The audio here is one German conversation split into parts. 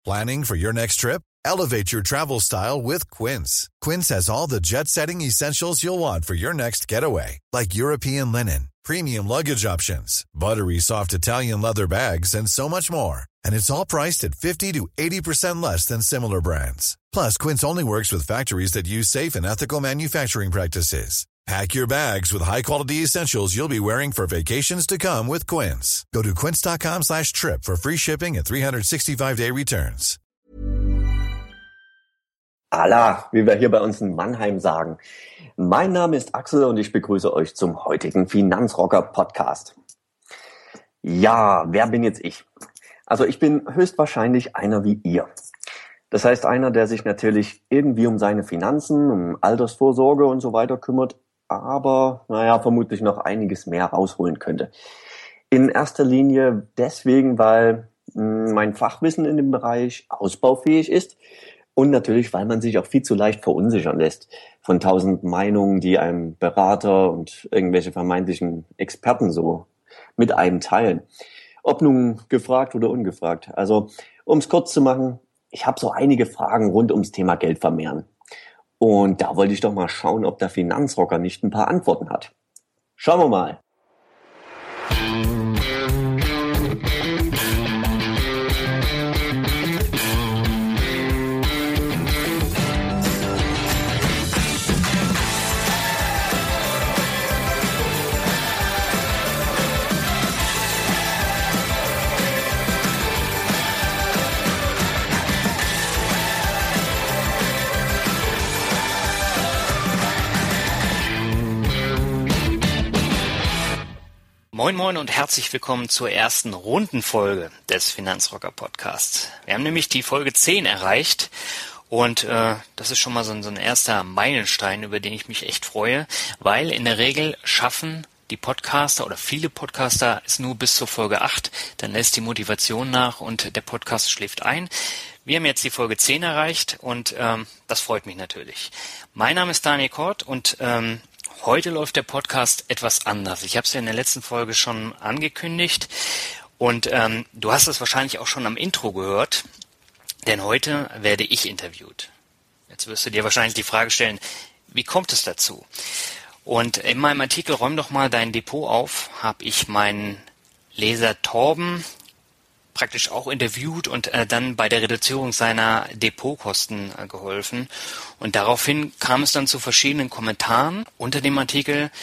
Planning for your next trip? Elevate your travel style with Quince. Quince has all the jet-setting essentials you'll want for your next getaway, like European linen, premium luggage options, buttery soft Italian leather bags, and so much more. And it's all priced at 50 to 80% less than similar brands. Plus, Quince only works with factories that use safe and ethical manufacturing practices. Pack your bags with high-quality essentials you'll be wearing for vacations to come with Quince. Go to quince.com/trip for free shipping and 365-day returns. Allah, wie wir hier bei uns in Mannheim sagen. Mein Name ist Axel und ich begrüße euch zum heutigen Finanzrocker-Podcast. Ja, wer bin jetzt ich? Also ich bin höchstwahrscheinlich einer wie ihr. Das heißt, einer, der sich natürlich irgendwie um seine Finanzen, um Altersvorsorge und so weiter kümmert, aber, vermutlich noch einiges mehr rausholen könnte. In erster Linie deswegen, weil mein Fachwissen in dem Bereich ausbaufähig ist und natürlich, weil man sich auch viel zu leicht verunsichern lässt von 1000 Meinungen, die einem Berater und irgendwelche vermeintlichen Experten so mit einem teilen. Ob nun gefragt oder ungefragt. Also, um es kurz zu machen, ich habe so einige Fragen rund ums Thema Geld vermehren. Und da wollte ich doch mal schauen, ob der Finanzrocker nicht ein paar Antworten hat. Schauen wir mal. Moin Moin und herzlich willkommen zur ersten Rundenfolge des Finanzrocker Podcasts. Wir haben nämlich die Folge 10 erreicht und das ist schon mal so ein erster Meilenstein, über den ich mich echt freue, weil in der Regel schaffen die Podcaster oder viele Podcaster es nur bis zur Folge 8, dann lässt die Motivation nach und der Podcast schläft ein. Wir haben jetzt die Folge 10 erreicht und das freut mich natürlich. Mein Name ist Daniel Kort und heute läuft der Podcast etwas anders. Ich habe es ja in der letzten Folge schon angekündigt und du hast es wahrscheinlich auch schon am Intro gehört, denn heute werde ich interviewt. Jetzt wirst du dir wahrscheinlich die Frage stellen, wie kommt es dazu? Und in meinem Artikel Räum doch mal dein Depot auf, habe ich meinen Leser Torben praktisch auch interviewt und dann bei der Reduzierung seiner Depotkosten geholfen. Und daraufhin kam es dann zu verschiedenen Kommentaren unter dem Artikel,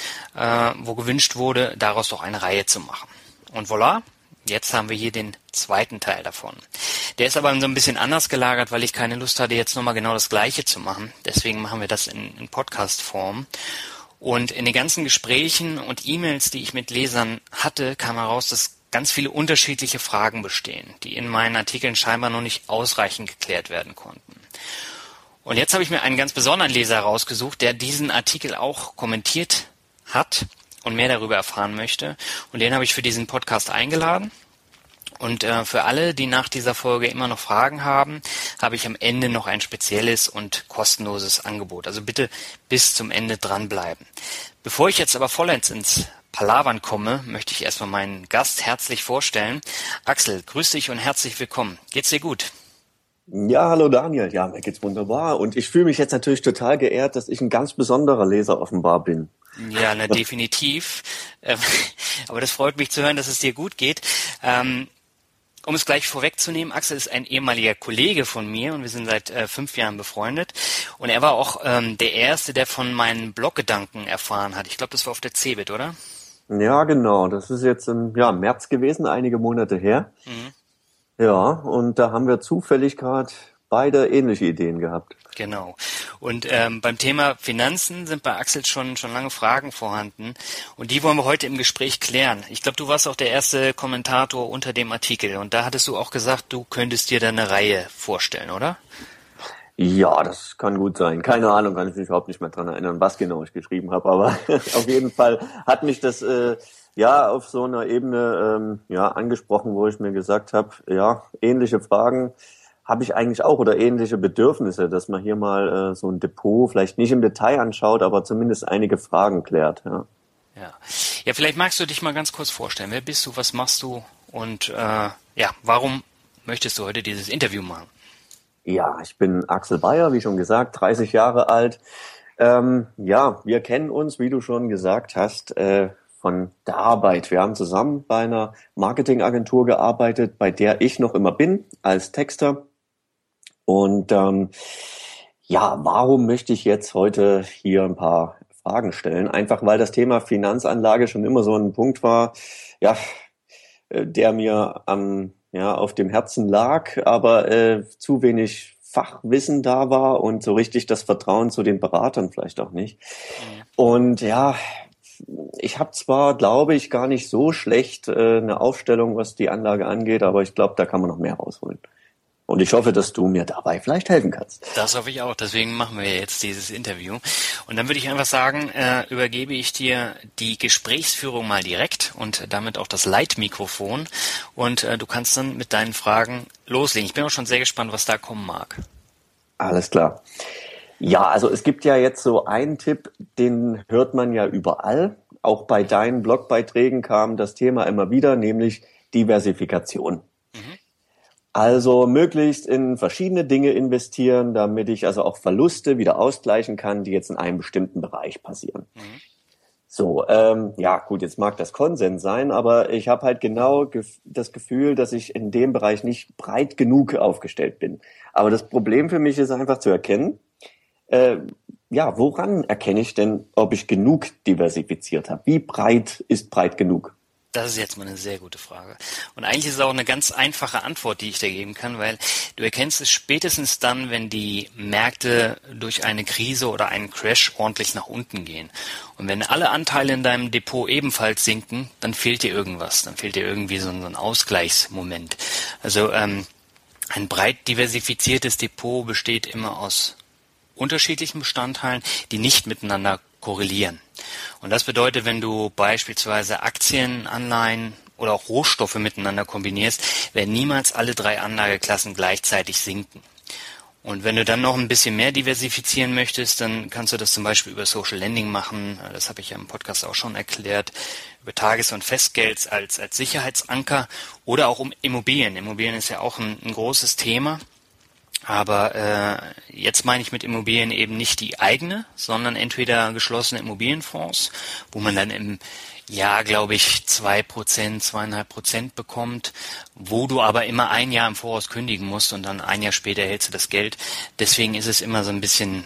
wo gewünscht wurde, daraus doch eine Reihe zu machen. Und voilà, jetzt haben wir hier den zweiten Teil davon. Der ist aber so ein bisschen anders gelagert, weil ich keine Lust hatte, jetzt nochmal genau das Gleiche zu machen. Deswegen machen wir das in Podcast-Form. Und in den ganzen Gesprächen und E-Mails, die ich mit Lesern hatte, kam heraus, dass ganz viele unterschiedliche Fragen bestehen, die in meinen Artikeln scheinbar noch nicht ausreichend geklärt werden konnten. Und jetzt habe ich mir einen ganz besonderen Leser rausgesucht, der diesen Artikel auch kommentiert hat und mehr darüber erfahren möchte. Und den habe ich für diesen Podcast eingeladen. Und für alle, die nach dieser Folge immer noch Fragen haben, habe ich am Ende noch ein spezielles und kostenloses Angebot. Also bitte bis zum Ende dranbleiben. Bevor ich jetzt aber vollends ins Palavern komme, möchte ich erstmal meinen Gast herzlich vorstellen. Axel, grüß dich und herzlich willkommen. Geht's dir gut? Ja, hallo Daniel. Ja, mir geht's wunderbar. Und ich fühle mich jetzt natürlich total geehrt, dass ich ein ganz besonderer Leser offenbar bin. Ja, definitiv. Aber das freut mich zu hören, dass es dir gut geht. Um es gleich vorwegzunehmen, Axel ist ein ehemaliger Kollege von mir und wir sind seit 5 Jahren befreundet. Und er war auch der Erste, der von meinen Bloggedanken erfahren hat. Ich glaube, das war auf der CeBIT, oder? Ja, genau. Das ist jetzt im März gewesen, einige Monate her. Mhm. Ja, und da haben wir zufällig gerade beide ähnliche Ideen gehabt. Genau. Und beim Thema Finanzen sind bei Axel schon lange Fragen vorhanden. Und die wollen wir heute im Gespräch klären. Ich glaube, du warst auch der erste Kommentator unter dem Artikel. Und da hattest du auch gesagt, du könntest dir da eine Reihe vorstellen, oder? Ja, das kann gut sein. Keine Ahnung, kann ich mich überhaupt nicht mehr dran erinnern, was genau ich geschrieben habe. Aber auf jeden Fall hat mich das auf so einer Ebene angesprochen, wo ich mir gesagt habe, ähnliche Fragen habe ich eigentlich auch oder ähnliche Bedürfnisse, dass man hier mal so ein Depot vielleicht nicht im Detail anschaut, aber zumindest einige Fragen klärt. Ja, vielleicht magst du dich mal ganz kurz vorstellen. Wer bist du, was machst du und warum möchtest du heute dieses Interview machen? Ja, ich bin Axel Bayer, wie schon gesagt, 30 Jahre alt. Wir kennen uns, wie du schon gesagt hast, von der Arbeit. Wir haben zusammen bei einer Marketingagentur gearbeitet, bei der ich noch immer bin, als Texter. Und warum möchte ich jetzt heute hier ein paar Fragen stellen? Einfach weil das Thema Finanzanlage schon immer so ein Punkt war, der mir auf dem Herzen lag, aber zu wenig Fachwissen da war und so richtig das Vertrauen zu den Beratern vielleicht auch nicht. Und ich habe zwar, glaube ich, gar nicht so schlecht eine Aufstellung, was die Anlage angeht, aber ich glaube, da kann man noch mehr rausholen. Und ich hoffe, dass du mir dabei vielleicht helfen kannst. Das hoffe ich auch. Deswegen machen wir jetzt dieses Interview. Und dann würde ich einfach sagen, übergebe ich dir die Gesprächsführung mal direkt und damit auch das Leitmikrofon. Und du kannst dann mit deinen Fragen loslegen. Ich bin auch schon sehr gespannt, was da kommen mag. Alles klar. Ja, also es gibt ja jetzt so einen Tipp, den hört man ja überall. Auch bei deinen Blogbeiträgen kam das Thema immer wieder, nämlich Diversifikation. Also möglichst in verschiedene Dinge investieren, damit ich also auch Verluste wieder ausgleichen kann, die jetzt in einem bestimmten Bereich passieren. So, gut, jetzt mag das Konsens sein, aber ich habe halt genau das Gefühl, dass ich in dem Bereich nicht breit genug aufgestellt bin. Aber das Problem für mich ist einfach zu erkennen, woran erkenne ich denn, ob ich genug diversifiziert habe? Wie breit ist breit genug? Das ist jetzt mal eine sehr gute Frage. Und eigentlich ist es auch eine ganz einfache Antwort, die ich da geben kann, weil du erkennst es spätestens dann, wenn die Märkte durch eine Krise oder einen Crash ordentlich nach unten gehen. Und wenn alle Anteile in deinem Depot ebenfalls sinken, dann fehlt dir irgendwas. Dann fehlt dir irgendwie so ein Ausgleichsmoment. Also ein breit diversifiziertes Depot besteht immer aus unterschiedlichen Bestandteilen, die nicht miteinander korrelieren. Und das bedeutet, wenn du beispielsweise Aktien, Anleihen oder auch Rohstoffe miteinander kombinierst, werden niemals alle drei Anlageklassen gleichzeitig sinken. Und wenn du dann noch ein bisschen mehr diversifizieren möchtest, dann kannst du das zum Beispiel über Social Lending machen. Das habe ich ja im Podcast auch schon erklärt. Über Tages- und Festgeld als Sicherheitsanker oder auch um Immobilien. Immobilien ist ja auch ein großes Thema. Aber jetzt meine ich mit Immobilien eben nicht die eigene, sondern entweder geschlossene Immobilienfonds, wo man dann im Jahr, glaube ich, 2%, 2,5% bekommt, wo du aber immer ein Jahr im Voraus kündigen musst und dann ein Jahr später erhältst du das Geld. Deswegen ist es immer so ein bisschen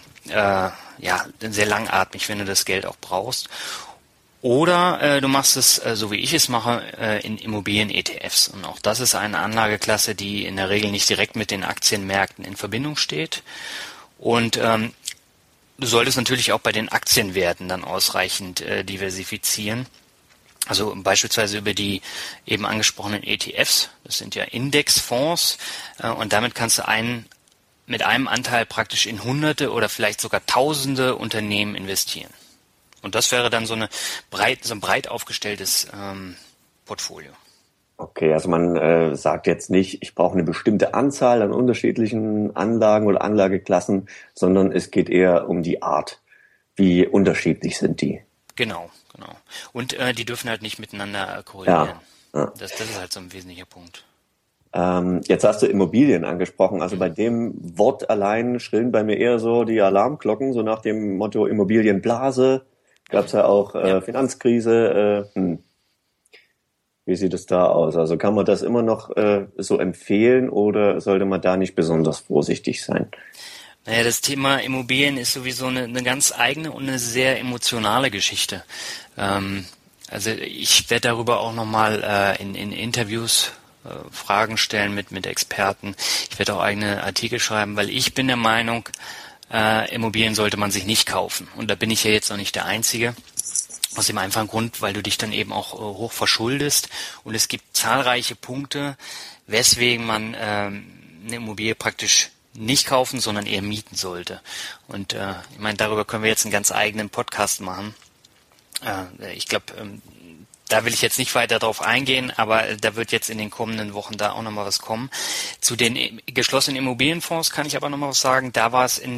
sehr langatmig, wenn du das Geld auch brauchst. Oder du machst es, so wie ich es mache, in Immobilien-ETFs. Und auch das ist eine Anlageklasse, die in der Regel nicht direkt mit den Aktienmärkten in Verbindung steht. Und du solltest natürlich auch bei den Aktienwerten dann ausreichend diversifizieren. Also beispielsweise über die eben angesprochenen ETFs. Das sind ja Indexfonds. Und damit kannst du mit einem Anteil praktisch in Hunderte oder vielleicht sogar Tausende Unternehmen investieren. Und das wäre dann so ein breit aufgestelltes Portfolio. Okay, also man sagt jetzt nicht, ich brauche eine bestimmte Anzahl an unterschiedlichen Anlagen oder Anlageklassen, sondern es geht eher um die Art. Wie unterschiedlich sind die? Genau. Und die dürfen halt nicht miteinander korrelieren. Ja. Das ist halt so ein wesentlicher Punkt. Jetzt hast du Immobilien angesprochen. Also bei dem Wort allein schrillen bei mir eher so die Alarmglocken, so nach dem Motto Immobilienblase. Gab es ja auch Finanzkrise. Wie sieht es da aus? Also kann man das immer noch so empfehlen oder sollte man da nicht besonders vorsichtig sein? Naja, das Thema Immobilien ist sowieso eine ganz eigene und eine sehr emotionale Geschichte. Also ich werde darüber auch nochmal in Interviews Fragen stellen mit Experten. Ich werde auch eigene Artikel schreiben, weil ich bin der Meinung, Immobilien sollte man sich nicht kaufen. Und da bin ich ja jetzt noch nicht der Einzige. Aus dem einfachen Grund, weil du dich dann eben auch hoch verschuldest. Und es gibt zahlreiche Punkte, weswegen man eine Immobilie praktisch nicht kaufen, sondern eher mieten sollte. Und ich meine, darüber können wir jetzt einen ganz eigenen Podcast machen. Ich glaube, da will ich jetzt nicht weiter drauf eingehen, aber da wird jetzt in den kommenden Wochen da auch nochmal was kommen. Zu den geschlossenen Immobilienfonds kann ich aber nochmal was sagen. Da war es in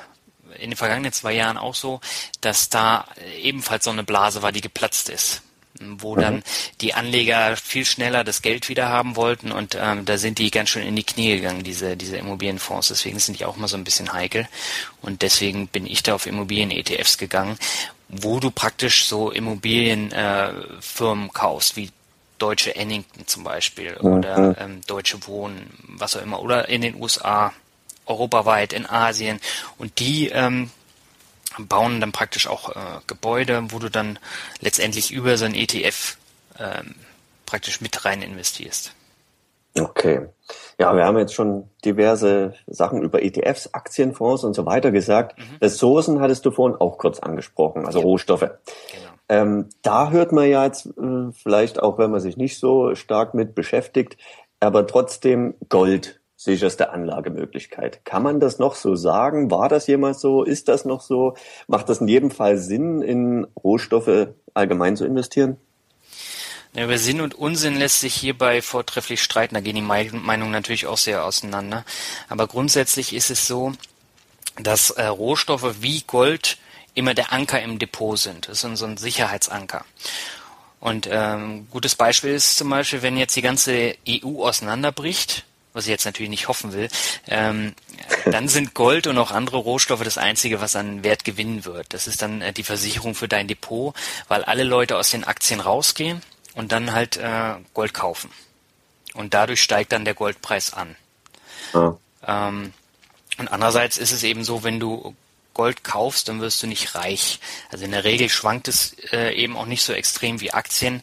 den vergangenen 2 Jahren auch so, dass da ebenfalls so eine Blase war, die geplatzt ist. wo dann die Anleger viel schneller das Geld wieder haben wollten und da sind die ganz schön in die Knie gegangen, diese Immobilienfonds. Deswegen sind die auch mal so ein bisschen heikel und deswegen bin ich da auf Immobilien-ETFs gegangen, wo du praktisch so Immobilienfirmen kaufst, wie Deutsche Ennington zum Beispiel oder Deutsche Wohnen, was auch immer, oder in den USA, europaweit, in Asien und die bauen dann praktisch auch Gebäude, wo du dann letztendlich über so ein ETF praktisch mit rein investierst. Okay. Ja, wir haben jetzt schon diverse Sachen über ETFs, Aktienfonds und so weiter gesagt. Ressourcen hattest du vorhin auch kurz angesprochen, also Rohstoffe. Genau. Da hört man ja jetzt vielleicht auch, wenn man sich nicht so stark mit beschäftigt, aber trotzdem Gold. Sicherste Anlagemöglichkeit. Kann man das noch so sagen? War das jemals so? Ist das noch so? Macht das in jedem Fall Sinn, in Rohstoffe allgemein zu investieren? Ja, über Sinn und Unsinn lässt sich hierbei vortrefflich streiten. Da gehen die Meinungen natürlich auch sehr auseinander. Aber grundsätzlich ist es so, dass Rohstoffe wie Gold immer der Anker im Depot sind. Das ist so ein Sicherheitsanker. Und gutes Beispiel ist zum Beispiel, wenn jetzt die ganze EU auseinanderbricht, was ich jetzt natürlich nicht hoffen will, dann sind Gold und auch andere Rohstoffe das Einzige, was an Wert gewinnen wird. Das ist dann die Versicherung für dein Depot, weil alle Leute aus den Aktien rausgehen und dann halt Gold kaufen. Und dadurch steigt dann der Goldpreis an. Ja. Und andererseits ist es eben so, wenn du Gold kaufst, dann wirst du nicht reich. Also in der Regel schwankt es eben auch nicht so extrem wie Aktien,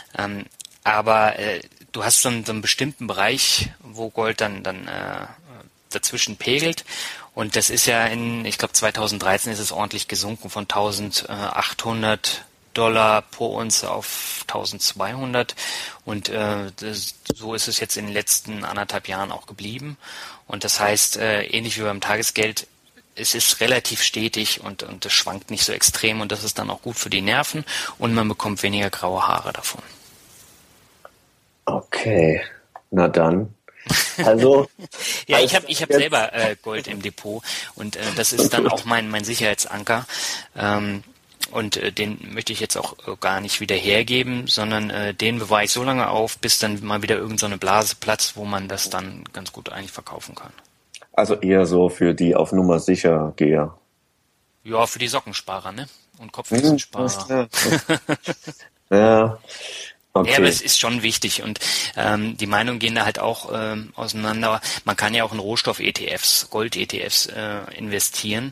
aber du hast so einen bestimmten Bereich, wo Gold dann dazwischen pegelt. Und das ist ja ich glaube 2013 ist es ordentlich gesunken von $1.800 pro Unze auf 1.200. Und so ist es jetzt in den letzten 1,5 Jahren auch geblieben. Und das heißt, ähnlich wie beim Tagesgeld, es ist relativ stetig und es schwankt nicht so extrem. Und das ist dann auch gut für die Nerven und man bekommt weniger graue Haare davon. Okay, na dann. Also ja, ich hab selber Gold im Depot und das ist dann auch mein Sicherheitsanker und den möchte ich jetzt auch gar nicht wieder hergeben, sondern den bewahre ich so lange auf, bis dann mal wieder irgend so eine Blase platzt, wo man das dann ganz gut eigentlich verkaufen kann. Also eher so für die auf Nummer sicher Geher. Ja, für die Sockensparer, ne? Und Kopfkissensparer. Ja. Okay. Ja, aber es ist schon wichtig und die Meinungen gehen da halt auch auseinander. Man kann ja auch in Rohstoff-ETFs, Gold-ETFs investieren,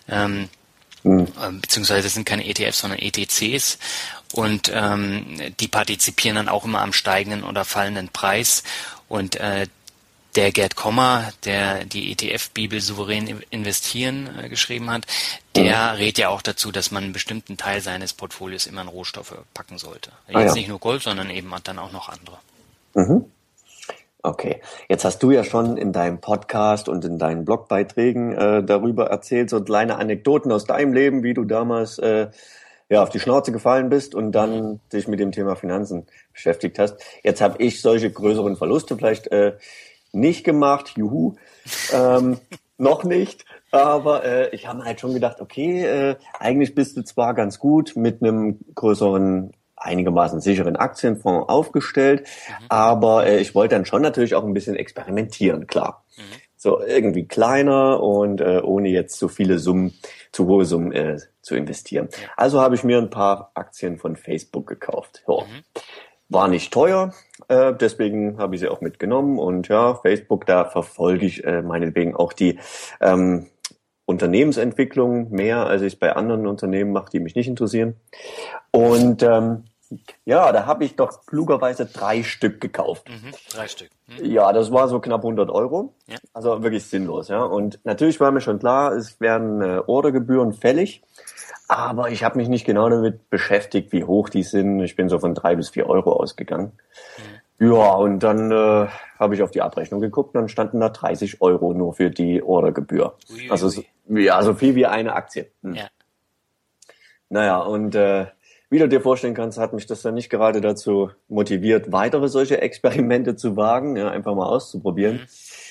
beziehungsweise das sind keine ETFs, sondern ETCs und die partizipieren dann auch immer am steigenden oder fallenden Preis und der Gerd Kommer, der die ETF-Bibel Souverän investieren geschrieben hat, der rät ja auch dazu, dass man einen bestimmten Teil seines Portfolios immer in Rohstoffe packen sollte. Jetzt nicht nur Gold, sondern eben dann auch noch andere. Mhm. Okay, jetzt hast du ja schon in deinem Podcast und in deinen Blogbeiträgen darüber erzählt, so kleine Anekdoten aus deinem Leben, wie du damals auf die Schnauze gefallen bist und dann dich mit dem Thema Finanzen beschäftigt hast. Jetzt habe ich solche größeren Verluste vielleicht nicht gemacht, juhu, noch nicht, aber ich habe halt schon gedacht, okay, eigentlich bist du zwar ganz gut mit einem größeren, einigermaßen sicheren Aktienfonds aufgestellt, aber ich wollte dann schon natürlich auch ein bisschen experimentieren, klar. So irgendwie kleiner und ohne jetzt zu hohe Summen zu investieren. Ja. Also habe ich mir ein paar Aktien von Facebook gekauft. Ja. War nicht teuer, deswegen habe ich sie auch mitgenommen und ja, Facebook, da verfolge ich meinetwegen auch die Unternehmensentwicklung mehr, als ich es bei anderen Unternehmen mache, die mich nicht interessieren. Und da habe ich doch klugerweise 3 Stück gekauft. 3 Stück. Ja, das war so knapp 100 €. Ja. Also wirklich sinnlos, ja. Und natürlich war mir schon klar, es werden Ordergebühren fällig. Aber ich habe mich nicht genau damit beschäftigt, wie hoch die sind. Ich bin so von 3 bis 4 € ausgegangen. Ja, und dann habe ich auf die Abrechnung geguckt, dann standen da 30 € nur für die Ordergebühr. Uiui. Also so viel wie eine Aktie. Ja. Naja, und wie du dir vorstellen kannst, hat mich das dann nicht gerade dazu motiviert, weitere solche Experimente zu wagen, ja, einfach mal auszuprobieren.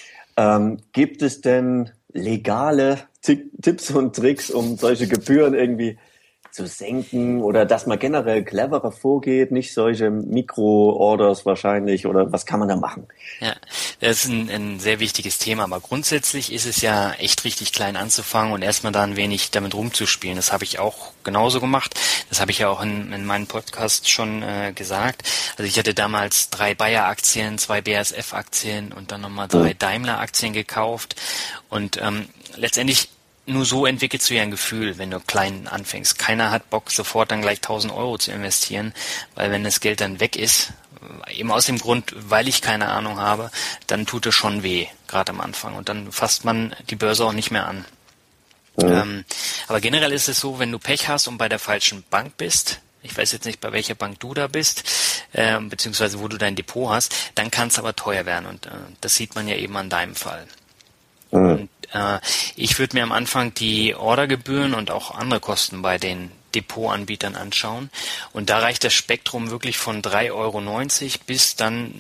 Gibt es denn legale Tipps und Tricks, um solche Gebühren irgendwie zu senken oder dass man generell cleverer vorgeht, nicht solche Mikro-Orders wahrscheinlich, oder was kann man da machen? Ja, das ist ein sehr wichtiges Thema, aber grundsätzlich ist es ja echt richtig klein anzufangen und erstmal da ein wenig damit rumzuspielen. Das habe ich auch genauso gemacht. Das habe ich ja auch in meinem Podcast schon gesagt. Also ich hatte damals 3 Bayer-Aktien, 2 BASF-Aktien und dann nochmal 3 Daimler-Aktien gekauft und letztendlich nur so entwickelst du ja ein Gefühl, wenn du klein anfängst. Keiner hat Bock, sofort dann gleich 1.000 Euro zu investieren, weil wenn das Geld dann weg ist, eben aus dem Grund, weil ich keine Ahnung habe, dann tut es schon weh, gerade am Anfang. Und dann fasst man die Börse auch nicht mehr an. Aber generell ist es so, wenn du Pech hast und bei der falschen Bank bist, ich weiß jetzt nicht, bei welcher Bank du da bist, beziehungsweise wo du dein Depot hast, dann kann es aber teuer werden. Und das sieht man ja eben an deinem Fall. Und ich würde mir am Anfang die Ordergebühren und auch andere Kosten bei den Depotanbietern anschauen. Und da reicht das Spektrum wirklich von 3,90 Euro bis dann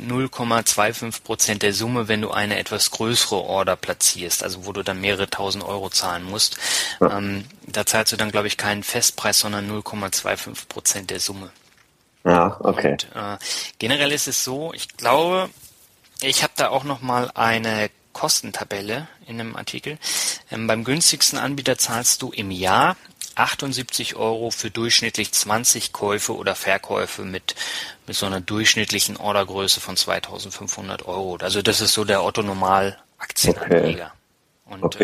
0,25% der Summe, wenn du eine etwas größere Order platzierst, also wo du dann mehrere tausend Euro zahlen musst. Ja. Da zahlst du dann, glaube ich, keinen Festpreis, sondern 0,25% der Summe. Ja, okay. Und generell ist es so, ich glaube, ich habe da auch nochmal eine Kostentabelle in einem Artikel. Beim günstigsten Anbieter zahlst du im Jahr 78 Euro für durchschnittlich 20 Käufe oder Verkäufe mit so einer durchschnittlichen Ordergröße von 2.500 Euro. Also das ist so der Otto-Normal-Aktienanleger. Okay. Und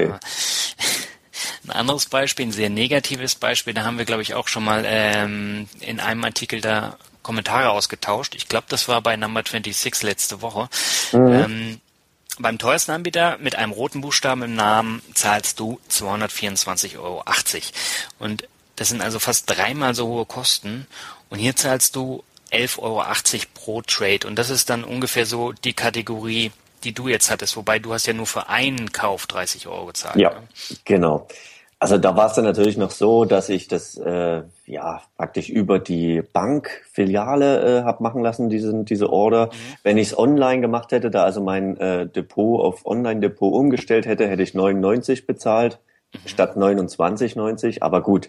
ein anderes Beispiel, ein sehr negatives Beispiel, da haben wir, glaube ich, auch schon mal in einem Artikel da Kommentare ausgetauscht. Ich glaube, das war bei Number 26 letzte Woche. Beim teuersten Anbieter mit einem roten Buchstaben im Namen zahlst du 224,80 Euro. Und das sind also fast 3-mal so hohe Kosten. Und hier zahlst du 11,80 Euro pro Trade. Und das ist dann ungefähr so die Kategorie, die du jetzt hattest. Wobei du hast ja nur für einen Kauf 30 Euro gezahlt. Ja, ne? Genau. Also da war es dann natürlich noch so, dass ich das praktisch über die Bankfiliale habe machen lassen, diese Order. Wenn ich es online gemacht hätte, da also mein Depot auf Online-Depot umgestellt hätte, hätte ich 99 bezahlt statt 29,90. Aber gut,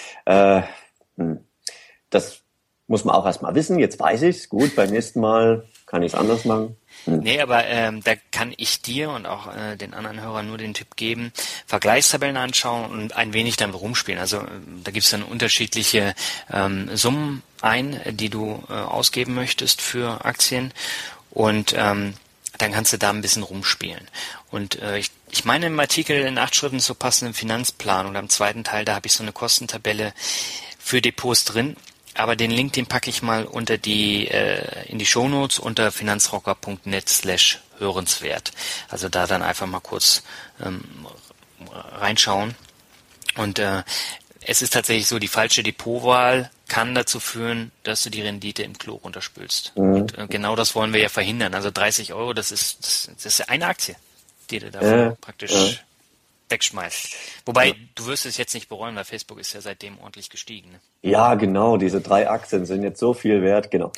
das muss man auch erstmal wissen. Jetzt weiß ich's. Gut, beim nächsten Mal kann ich es anders machen. Nee, aber da kann ich dir und auch den anderen Hörern nur den Tipp geben, Vergleichstabellen anschauen und ein wenig damit rumspielen. Also da gibt's dann unterschiedliche Summen die du ausgeben möchtest für Aktien und dann kannst du da ein bisschen rumspielen. Und ich meine im Artikel in 8 Schritten zur passenden Finanzplanung, am zweiten Teil, da habe ich so eine Kostentabelle für Depots drin. Aber den Link, den packe ich mal in die Shownotes unter finanzrocker.net/hörenswert. Also da dann einfach mal kurz reinschauen. Und es ist tatsächlich so, die falsche Depotwahl kann dazu führen, dass du die Rendite im Klo runterspülst. Und genau das wollen wir ja verhindern. Also 30 Euro, das ist eine Aktie, die du da praktisch wegschmeißt. Wobei, du wirst es jetzt nicht bereuen, weil Facebook ist ja seitdem ordentlich gestiegen. Ne? Ja, genau, diese 3 Aktien sind jetzt so viel wert, genau.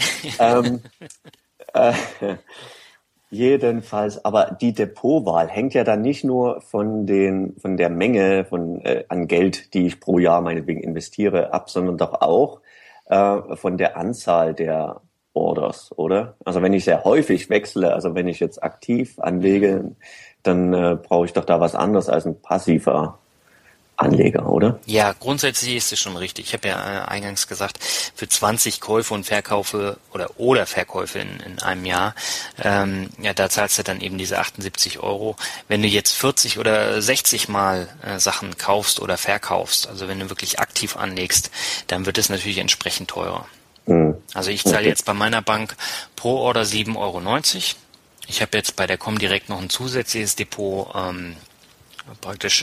Jedenfalls, aber die Depotwahl hängt ja dann nicht nur von der Menge an Geld, die ich pro Jahr meinetwegen investiere, ab, sondern doch auch von der Anzahl der Orders, oder? Also wenn ich sehr häufig wechsle, also wenn ich jetzt aktiv anlege, dann brauche ich doch da was anderes als ein passiver Anleger, oder? Ja, grundsätzlich ist es schon richtig. Ich habe ja eingangs gesagt, für 20 Käufe und Verkäufe oder Verkäufe in einem Jahr, da zahlst du dann eben diese 78 Euro. Wenn du jetzt 40 oder 60 Mal Sachen kaufst oder verkaufst, also wenn du wirklich aktiv anlegst, dann wird es natürlich entsprechend teurer. Also ich zahle jetzt bei meiner Bank pro Order 7,90 Euro. Ich habe jetzt bei der Comdirect noch ein zusätzliches Depot praktisch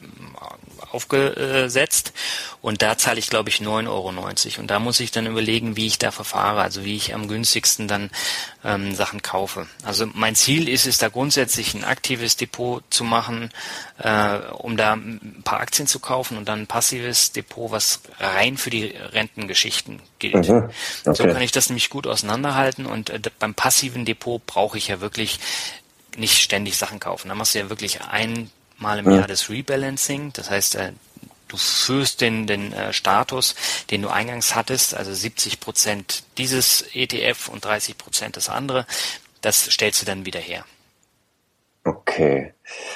aufgesetzt und da zahle ich, glaube ich, 9,90 Euro. Und da muss ich dann überlegen, wie ich da verfahre, also wie ich am günstigsten dann Sachen kaufe. Also mein Ziel ist es, da grundsätzlich ein aktives Depot zu machen, um da ein paar Aktien zu kaufen und dann ein passives Depot, was rein für die Rentengeschichten gilt. Okay. So kann ich das nämlich gut auseinanderhalten und beim passiven Depot brauche ich ja wirklich nicht ständig Sachen kaufen. Da machst du ja wirklich einmal im Jahr das Rebalancing, das heißt, du führst den Status, den du eingangs hattest, also 70% dieses ETF und 30% das andere, das stellst du dann wieder her. Okay.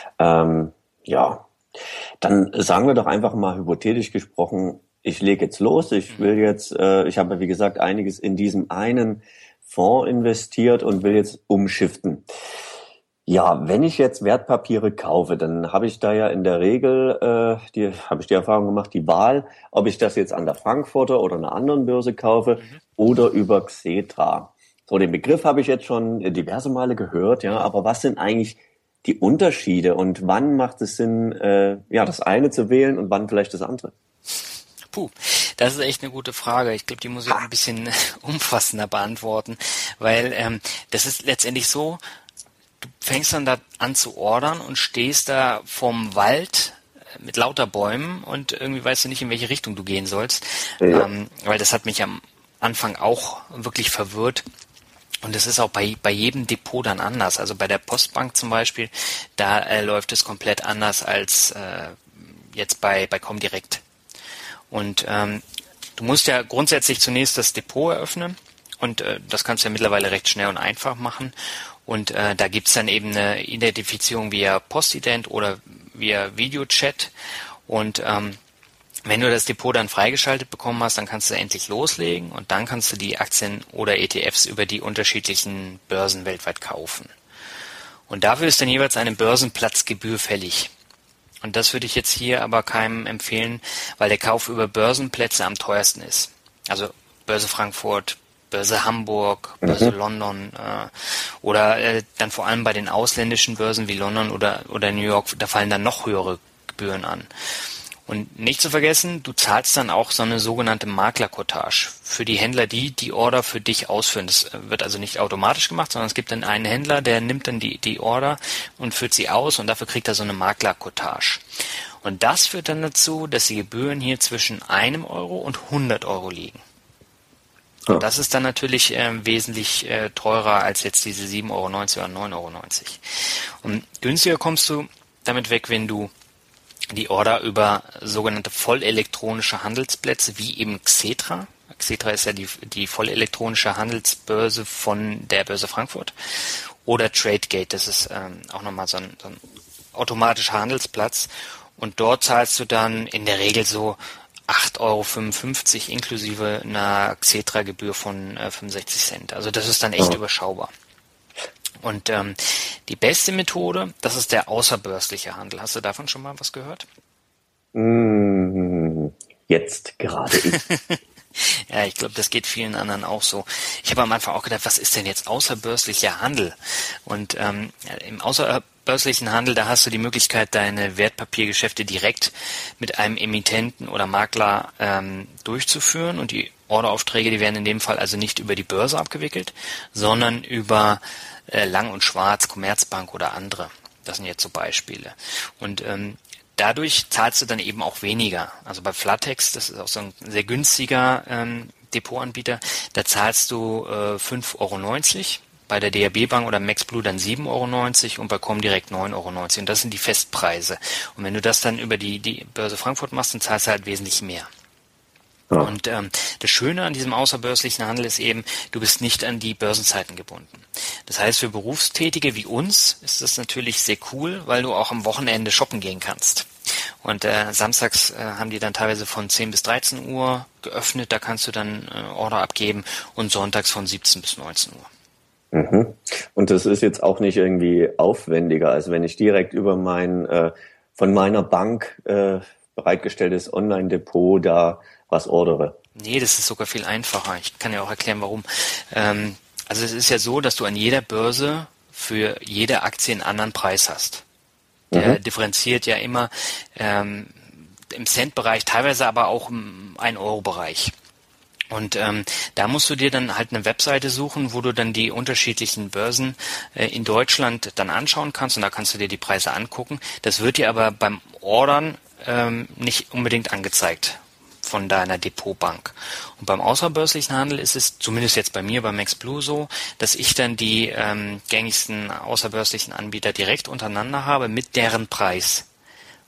Ja, dann sagen wir doch einfach mal hypothetisch gesprochen, ich lege jetzt los, ich habe wie gesagt einiges in diesem einen Fonds investiert und will jetzt umschiften. Ja, wenn ich jetzt Wertpapiere kaufe, dann habe ich da ja in der Regel, habe ich die Erfahrung gemacht, die Wahl, ob ich das jetzt an der Frankfurter oder einer anderen Börse kaufe oder über Xetra. So, den Begriff habe ich jetzt schon diverse Male gehört, ja, aber was sind eigentlich die Unterschiede und wann macht es Sinn, das eine zu wählen und wann vielleicht das andere? Puh, das ist echt eine gute Frage. Ich glaube, die muss ich auch ein bisschen umfassender beantworten, weil das ist letztendlich so, du fängst dann da an zu ordern und stehst da vorm Wald mit lauter Bäumen und irgendwie weißt du nicht, in welche Richtung du gehen sollst, weil das hat mich am Anfang auch wirklich verwirrt. Und es ist auch bei jedem Depot dann anders. Also bei der Postbank zum Beispiel, da läuft es komplett anders als jetzt bei Comdirect. Und du musst ja grundsätzlich zunächst das Depot eröffnen und das kannst du ja mittlerweile recht schnell und einfach machen. Und da gibt's dann eben eine Identifizierung via Postident oder via Videochat. Und wenn du das Depot dann freigeschaltet bekommen hast, dann kannst du endlich loslegen und dann kannst du die Aktien oder ETFs über die unterschiedlichen Börsen weltweit kaufen. Und dafür ist dann jeweils eine Börsenplatzgebühr fällig. Und das würde ich jetzt hier aber keinem empfehlen, weil der Kauf über Börsenplätze am teuersten ist. Also Börse Frankfurt, Börse Hamburg, Börse London oder dann vor allem bei den ausländischen Börsen wie London oder New York, da fallen dann noch höhere Gebühren an. Und nicht zu vergessen, du zahlst dann auch so eine sogenannte Maklercottage für die Händler, die Order für dich ausführen. Das wird also nicht automatisch gemacht, sondern es gibt dann einen Händler, der nimmt dann die Order und führt sie aus und dafür kriegt er so eine Maklercottage. Und das führt dann dazu, dass die Gebühren hier zwischen 1 Euro und 100 Euro liegen. Und das ist dann natürlich wesentlich teurer als jetzt diese 7,90 Euro oder 9,90 Euro. Und günstiger kommst du damit weg, wenn du die Order über sogenannte vollelektronische Handelsplätze wie eben Xetra. Xetra ist ja die vollelektronische Handelsbörse von der Börse Frankfurt. Oder Tradegate, das ist auch nochmal so ein automatischer Handelsplatz. Und dort zahlst du dann in der Regel so 8,55 Euro inklusive einer Xetra-Gebühr von 65 Cent. Also das ist dann echt überschaubar. Und die beste Methode, das ist der außerbörsliche Handel. Hast du davon schon mal was gehört? Jetzt gerade ich. Ja, ich glaube, das geht vielen anderen auch so. Ich habe am Anfang auch gedacht, was ist denn jetzt außerbörslicher Handel? Und im außerbörslichen Handel, da hast du die Möglichkeit, deine Wertpapiergeschäfte direkt mit einem Emittenten oder Makler durchzuführen. Und die Orderaufträge, die werden in dem Fall also nicht über die Börse abgewickelt, sondern über Lang und Schwarz, Commerzbank oder andere. Das sind jetzt so Beispiele. Und dadurch zahlst du dann eben auch weniger. Also bei Flatex, das ist auch so ein sehr günstiger Depotanbieter, da zahlst du 5,90 Euro, bei der DHB Bank oder MaxBlue dann 7,90 Euro und bei Comdirect 9,90 Euro. Und das sind die Festpreise. Und wenn du das dann über die Börse Frankfurt machst, dann zahlst du halt wesentlich mehr. Ja. Und das Schöne an diesem außerbörslichen Handel ist eben, du bist nicht an die Börsenzeiten gebunden. Das heißt, für Berufstätige wie uns ist das natürlich sehr cool, weil du auch am Wochenende shoppen gehen kannst. Und samstags haben die dann teilweise von 10 bis 13 Uhr geöffnet, da kannst du dann Order abgeben und sonntags von 17 bis 19 Uhr. Mhm. Und das ist jetzt auch nicht irgendwie aufwendiger, als wenn ich direkt über mein von meiner Bank bereitgestelltes Online-Depot da was ordere. Nee, das ist sogar viel einfacher. Ich kann ja auch erklären, warum. Also es ist ja so, dass du an jeder Börse für jede Aktie einen anderen Preis hast. Der differenziert ja immer im Cent-Bereich, teilweise aber auch im 1-Euro-Bereich. Und da musst du dir dann halt eine Webseite suchen, wo du dann die unterschiedlichen Börsen in Deutschland dann anschauen kannst und da kannst du dir die Preise angucken. Das wird dir aber beim Ordern nicht unbedingt angezeigt von deiner Depotbank. Und beim außerbörslichen Handel ist es, zumindest jetzt bei mir, bei MaxBlue so, dass ich dann die gängigsten außerbörslichen Anbieter direkt untereinander habe mit deren Preis.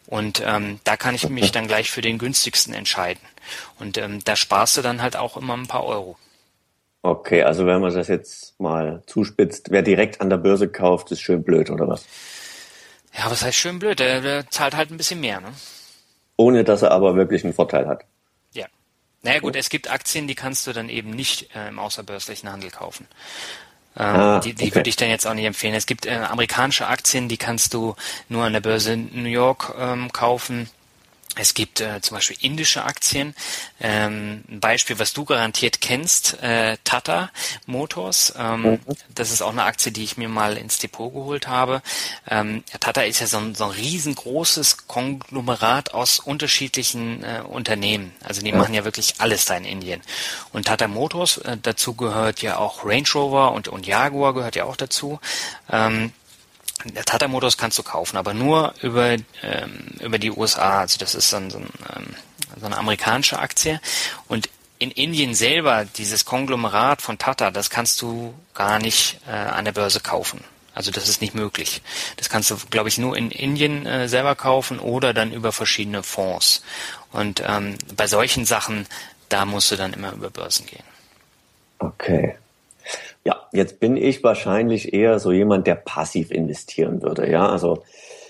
Und da kann ich mich dann gleich für den günstigsten entscheiden. Und da sparst du dann halt auch immer ein paar Euro. Okay, also wenn man das jetzt mal zuspitzt, wer direkt an der Börse kauft, ist schön blöd, oder was? Ja, was heißt schön blöd? Der zahlt halt ein bisschen mehr, ne? Ohne dass er aber wirklich einen Vorteil hat. Ja. Naja gut, es gibt Aktien, die kannst du dann eben nicht im außerbörslichen Handel kaufen. Die würde ich dann jetzt auch nicht empfehlen. Es gibt amerikanische Aktien, die kannst du nur an der Börse in New York kaufen. Es gibt zum Beispiel indische Aktien. Ein Beispiel, was du garantiert kennst, Tata Motors. Das ist auch eine Aktie, die ich mir mal ins Depot geholt habe. Tata ist ja so ein riesengroßes Konglomerat aus unterschiedlichen Unternehmen. Also die machen ja wirklich alles da in Indien. Und Tata Motors, dazu gehört ja auch Range Rover und Jaguar gehört ja auch dazu. Der Tata Motors kannst du kaufen, aber nur über die USA. Also das ist dann so eine amerikanische Aktie. Und in Indien selber, dieses Konglomerat von Tata, das kannst du gar nicht an der Börse kaufen. Also das ist nicht möglich. Das kannst du, glaube ich, nur in Indien selber kaufen oder dann über verschiedene Fonds. Und bei solchen Sachen, da musst du dann immer über Börsen gehen. Okay. Ja, jetzt bin ich wahrscheinlich eher so jemand, der passiv investieren würde. Ja, also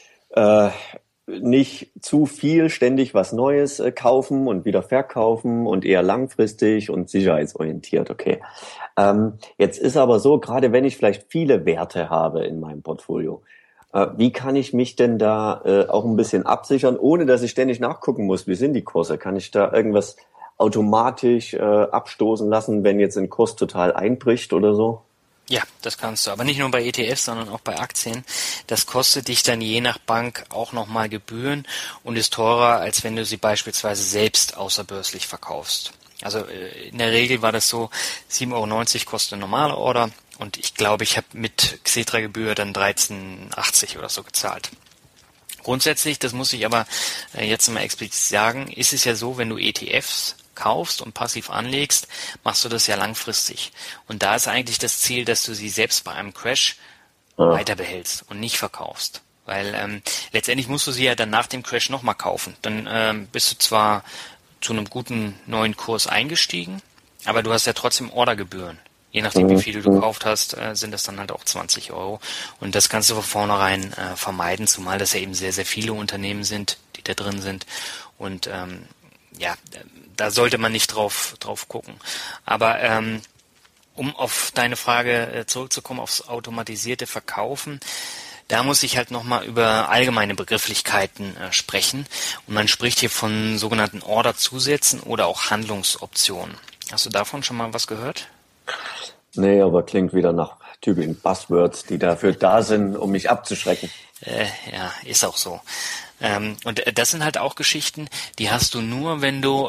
nicht zu viel ständig was Neues kaufen und wieder verkaufen und eher langfristig und sicherheitsorientiert. Okay. Jetzt ist aber so, gerade wenn ich vielleicht viele Werte habe in meinem Portfolio, wie kann ich mich denn da auch ein bisschen absichern, ohne dass ich ständig nachgucken muss, wie sind die Kurse? Kann ich da irgendwas automatisch abstoßen lassen, wenn jetzt ein Kurs total einbricht oder so? Ja, das kannst du. Aber nicht nur bei ETFs, sondern auch bei Aktien. Das kostet dich dann je nach Bank auch nochmal Gebühren und ist teurer, als wenn du sie beispielsweise selbst außerbörslich verkaufst. Also in der Regel war das so, 7,90 € kostet eine normale Order und ich glaube, ich habe mit Xetra-Gebühr dann 13,80 € oder so gezahlt. Grundsätzlich, das muss ich aber jetzt mal explizit sagen, ist es ja so, wenn du ETFs kaufst und passiv anlegst, machst du das ja langfristig. Und da ist eigentlich das Ziel, dass du sie selbst bei einem Crash weiter behältst und nicht verkaufst. Weil letztendlich musst du sie ja dann nach dem Crash nochmal kaufen. Dann bist du zwar zu einem guten neuen Kurs eingestiegen, aber du hast ja trotzdem Ordergebühren. Je nachdem, wie viel du gekauft hast, sind das dann halt auch 20 €. Und das kannst du von vornherein vermeiden, zumal das ja eben sehr, sehr viele Unternehmen sind, die da drin sind. Und da sollte man nicht drauf gucken. Aber um auf deine Frage zurückzukommen, aufs automatisierte Verkaufen, da muss ich halt nochmal über allgemeine Begrifflichkeiten sprechen. Und man spricht hier von sogenannten Orderzusätzen oder auch Handlungsoptionen. Hast du davon schon mal was gehört? Nee, aber klingt wieder nach typischen Buzzwords, die dafür da sind, um mich abzuschrecken. Ja, ist auch so. Und das sind halt auch Geschichten, die hast du nur, wenn du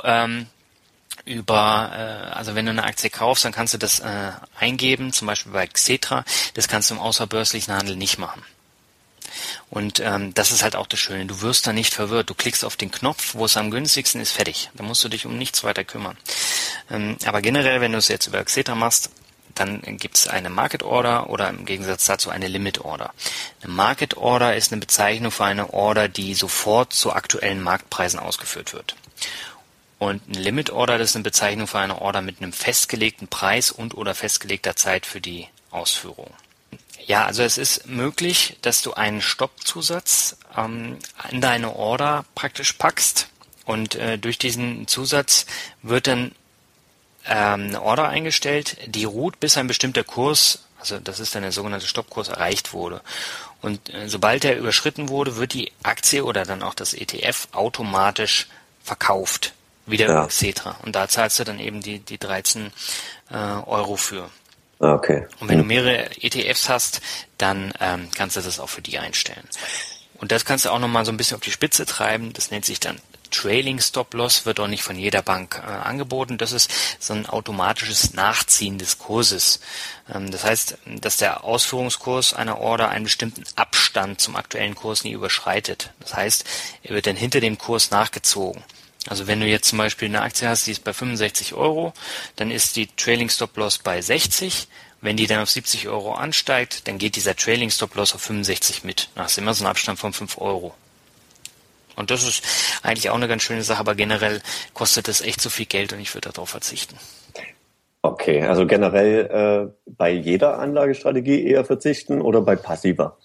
also wenn du eine Aktie kaufst, dann kannst du das eingeben, zum Beispiel bei Xetra. Das kannst du im außerbörslichen Handel nicht machen. Und das ist halt auch das Schöne. Du wirst da nicht verwirrt. Du klickst auf den Knopf, wo es am günstigsten ist, fertig. Da musst du dich um nichts weiter kümmern. Aber generell, wenn du es jetzt über Xetra machst, dann gibt es eine Market Order oder im Gegensatz dazu eine Limit Order. Eine Market Order ist eine Bezeichnung für eine Order, die sofort zu aktuellen Marktpreisen ausgeführt wird. Und eine Limit Order, das ist eine Bezeichnung für eine Order mit einem festgelegten Preis und oder festgelegter Zeit für die Ausführung. Ja, also es ist möglich, dass du einen Stoppzusatz an deine Order praktisch packst und durch diesen Zusatz wird dann eine Order eingestellt, die ruht, bis ein bestimmter Kurs, also das ist dann der sogenannte Stoppkurs, erreicht wurde. Und sobald er überschritten wurde, wird die Aktie oder dann auch das ETF automatisch verkauft, wieder über Xetra. Und da zahlst du dann eben die 13 € für. Okay. Und wenn du mehrere ETFs hast, dann kannst du das auch für die einstellen. Und das kannst du auch nochmal so ein bisschen auf die Spitze treiben. Das nennt sich dann Trailing Stop Loss, wird auch nicht von jeder Bank angeboten. Das ist so ein automatisches Nachziehen des Kurses. Das heißt, dass der Ausführungskurs einer Order einen bestimmten Abstand zum aktuellen Kurs nie überschreitet. Das heißt, er wird dann hinter dem Kurs nachgezogen. Also wenn du jetzt zum Beispiel eine Aktie hast, die ist bei 65 €, dann ist die Trailing Stop Loss bei 60. Wenn die dann auf 70 € ansteigt, dann geht dieser Trailing Stop Loss auf 65 mit. Da hast du immer so einen Abstand von 5 €. Und das ist eigentlich auch eine ganz schöne Sache, aber generell kostet das echt so viel Geld und ich würde darauf verzichten. Okay, also generell bei jeder Anlagestrategie eher verzichten oder bei passiver?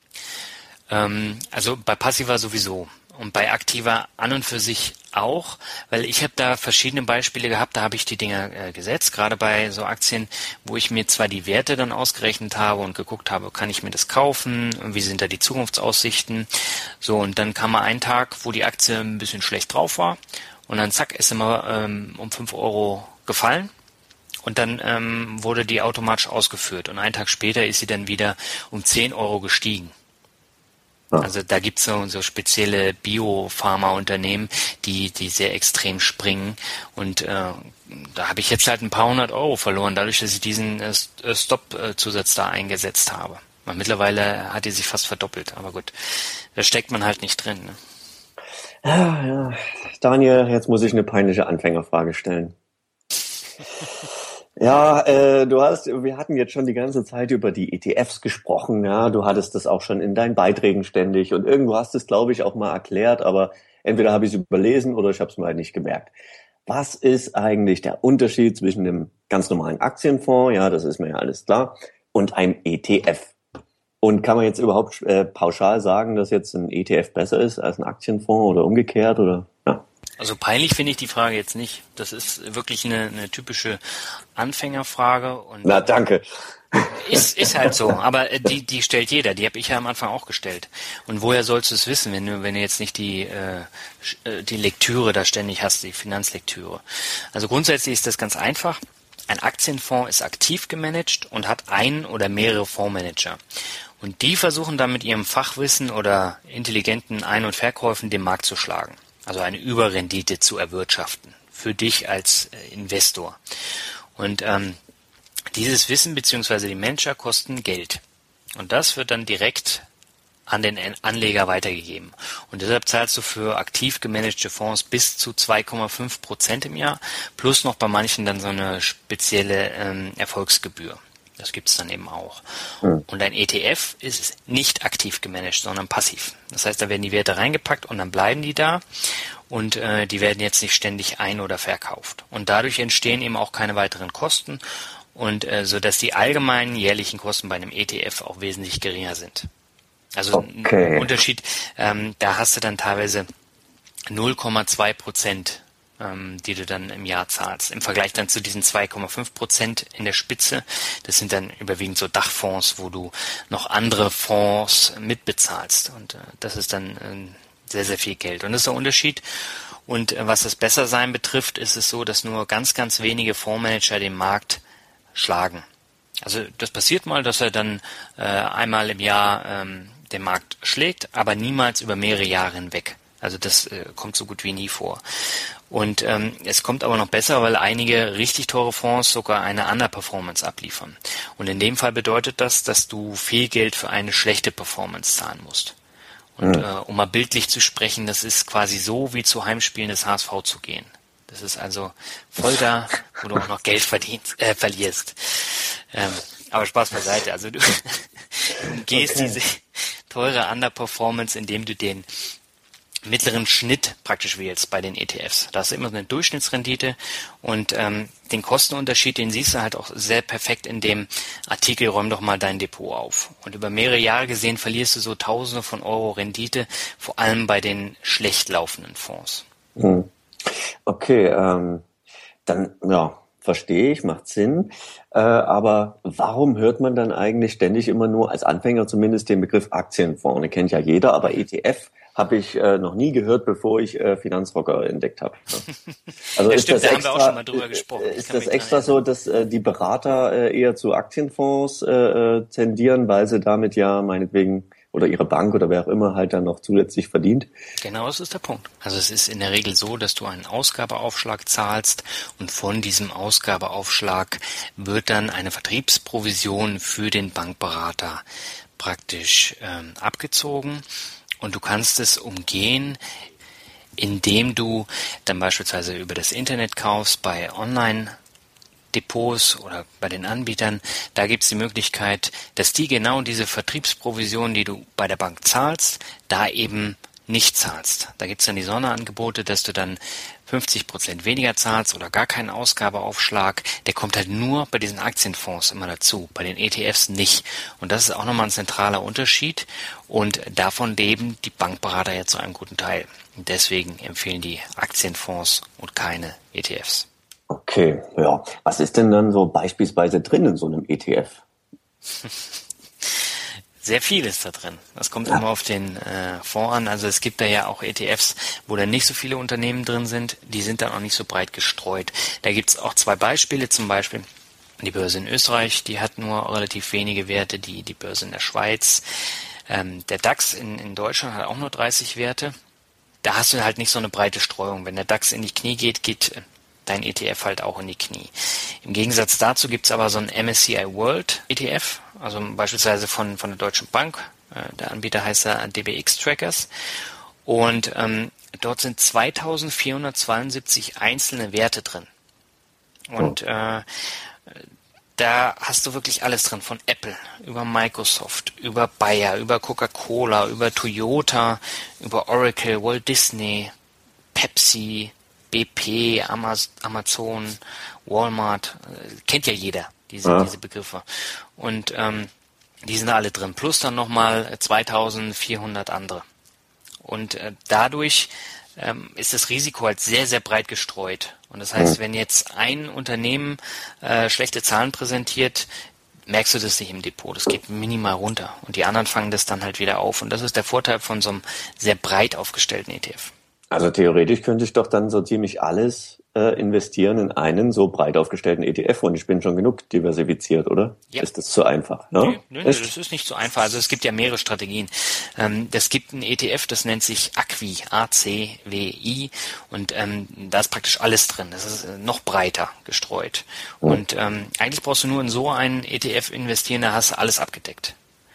Also bei passiver sowieso und bei aktiver an und für sich auch, weil ich habe da verschiedene Beispiele gehabt, da habe ich die Dinger gesetzt, gerade bei so Aktien, wo ich mir zwar die Werte dann ausgerechnet habe und geguckt habe, kann ich mir das kaufen, wie sind da die Zukunftsaussichten, so, und dann kam mal ein Tag, wo die Aktie ein bisschen schlecht drauf war und dann zack, ist immer um 5 Euro gefallen. Und dann wurde die automatisch ausgeführt und einen Tag später ist sie dann wieder um 10 Euro gestiegen. Also da gibt's so spezielle Bio-Pharma-Unternehmen, die sehr extrem springen und da habe ich jetzt halt ein paar 100 Euro verloren, dadurch, dass ich diesen Stop-Zusatz da eingesetzt habe. Weil mittlerweile hat die sich fast verdoppelt, aber gut, da steckt man halt nicht drin. Ne? Ja. Daniel, jetzt muss ich eine peinliche Anfängerfrage stellen. Ja, wir hatten jetzt schon die ganze Zeit über die ETFs gesprochen, ja, du hattest das auch schon in deinen Beiträgen ständig und irgendwo hast du es, glaube ich, auch mal erklärt, aber entweder habe ich es überlesen oder ich habe es mir halt nicht gemerkt. Was ist eigentlich der Unterschied zwischen dem ganz normalen Aktienfonds, ja, das ist mir ja alles klar, und einem ETF? Und kann man jetzt überhaupt pauschal sagen, dass jetzt ein ETF besser ist als ein Aktienfonds oder umgekehrt oder, ja? Also peinlich finde ich die Frage jetzt nicht. Das ist wirklich eine typische Anfängerfrage. Und Na, danke. Ist halt so, aber die stellt jeder. Die habe ich ja am Anfang auch gestellt. Und woher sollst du es wissen, wenn du jetzt nicht die Lektüre da ständig hast, die Finanzlektüre? Also grundsätzlich ist das ganz einfach. Ein Aktienfonds ist aktiv gemanagt und hat einen oder mehrere Fondsmanager. Und die versuchen dann mit ihrem Fachwissen oder intelligenten Ein- und Verkäufen den Markt zu schlagen. Also eine Überrendite zu erwirtschaften für dich als Investor. Und dieses Wissen bzw. die Manager kosten Geld. Und das wird dann direkt an den Anleger weitergegeben. Und deshalb zahlst du für aktiv gemanagte Fonds bis zu 2,5% im Jahr, plus noch bei manchen dann so eine spezielle Erfolgsgebühr. Das gibt es dann eben auch. Und ein ETF ist nicht aktiv gemanagt, sondern passiv. Das heißt, da werden die Werte reingepackt und dann bleiben die da und die werden jetzt nicht ständig ein- oder verkauft. Und dadurch entstehen eben auch keine weiteren Kosten und so dass die allgemeinen jährlichen Kosten bei einem ETF auch wesentlich geringer sind. Also Okay. ein Unterschied, da hast du dann teilweise 0,2%. Die du dann im Jahr zahlst. Im Vergleich dann zu diesen 2,5% in der Spitze. Das sind dann überwiegend so Dachfonds, wo du noch andere Fonds mitbezahlst. Und das ist dann sehr, sehr viel Geld. Und das ist der Unterschied. Und was das Bessersein betrifft, ist es so, dass nur ganz, ganz wenige Fondsmanager den Markt schlagen. Also das passiert mal, dass er dann einmal im Jahr den Markt schlägt, aber niemals über mehrere Jahre hinweg. Also das kommt so gut wie nie vor. Und es kommt aber noch besser, weil einige richtig teure Fonds sogar eine Underperformance abliefern. Und in dem Fall bedeutet das, dass du viel Geld für eine schlechte Performance zahlen musst. Und um mal bildlich zu sprechen, das ist quasi so, wie zu Heimspielen des HSV zu gehen. Das ist also Folter, wo du auch noch Geld verlierst. Aber Spaß beiseite. Also du umgehst diese teure Underperformance, indem du den mittleren Schnitt praktisch wählst bei den ETFs. Da hast du immer so eine Durchschnittsrendite und den Kostenunterschied, den siehst du halt auch sehr perfekt in dem Artikel, räum doch mal dein Depot auf. Und über mehrere Jahre gesehen verlierst du so Tausende von Euro Rendite, vor allem bei den schlecht laufenden Fonds. Okay, dann, ja, verstehe ich, macht Sinn. Aber warum hört man dann eigentlich ständig immer nur als Anfänger zumindest den Begriff Aktienfonds? Den kennt ja jeder, aber ETF habe ich noch nie gehört, bevor ich Finanzrocker entdeckt habe. Also ja, ist stimmt, das da extra, haben wir auch schon mal drüber gesprochen. Ist das extra so, dass die Berater eher zu Aktienfonds tendieren, weil sie damit ja meinetwegen oder ihre Bank oder wer auch immer halt dann noch zusätzlich verdient? Genau, das ist der Punkt. Also es ist in der Regel so, dass du einen Ausgabeaufschlag zahlst und von diesem Ausgabeaufschlag wird dann eine Vertriebsprovision für den Bankberater praktisch abgezogen. Und du kannst es umgehen, indem du dann beispielsweise über das Internet kaufst, bei Online-Depots oder bei den Anbietern. Da gibt es die Möglichkeit, dass die genau diese Vertriebsprovision, die du bei der Bank zahlst, da eben nicht zahlst. Da gibt's dann die Sonderangebote, dass du dann 50% weniger zahlst oder gar keinen Ausgabeaufschlag. Der kommt halt nur bei diesen Aktienfonds immer dazu, bei den ETFs nicht. Und das ist auch nochmal ein zentraler Unterschied. Und davon leben die Bankberater jetzt zu einem guten Teil. Und deswegen empfehlen die Aktienfonds und keine ETFs. Okay, ja. Was ist denn dann so beispielsweise drin in so einem ETF? Sehr viel ist da drin. Das kommt immer auf den Fonds an. Also es gibt da ja auch ETFs, wo dann nicht so viele Unternehmen drin sind. Die sind dann auch nicht so breit gestreut. Da gibt es auch zwei Beispiele. Zum Beispiel die Börse in Österreich, die hat nur relativ wenige Werte. Die Börse in der Schweiz. Der DAX in Deutschland hat auch nur 30 Werte. Da hast du halt nicht so eine breite Streuung. Wenn der DAX in die Knie geht, geht dein ETF halt auch in die Knie. Im Gegensatz dazu gibt's aber so einen MSCI World ETF, also beispielsweise von der Deutschen Bank. Der Anbieter heißt da DBX Trackers. Und dort sind 2472 einzelne Werte drin. Und da hast du wirklich alles drin, von Apple, über Microsoft, über Bayer, über Coca-Cola, über Toyota, über Oracle, Walt Disney, Pepsi, BP, Amazon, Walmart, kennt ja jeder diese Begriffe. Und die sind alle drin, plus dann nochmal 2400 andere. Und dadurch ist das Risiko halt sehr, sehr breit gestreut. Und das heißt, wenn jetzt ein Unternehmen schlechte Zahlen präsentiert, merkst du das nicht im Depot. Das geht minimal runter. Und die anderen fangen das dann halt wieder auf. Und das ist der Vorteil von so einem sehr breit aufgestellten ETF. Also theoretisch könnte ich doch dann so ziemlich alles investieren in einen so breit aufgestellten ETF und ich bin schon genug diversifiziert, oder? Ja. Ist das zu einfach? Ja? Nö, das ist nicht so einfach. Also es gibt ja mehrere Strategien. Es gibt ein ETF, das nennt sich ACWI, A-C-W-I, und da ist praktisch alles drin. Das ist noch breiter gestreut. Und eigentlich brauchst du nur in so einen ETF investieren, da hast du alles abgedeckt.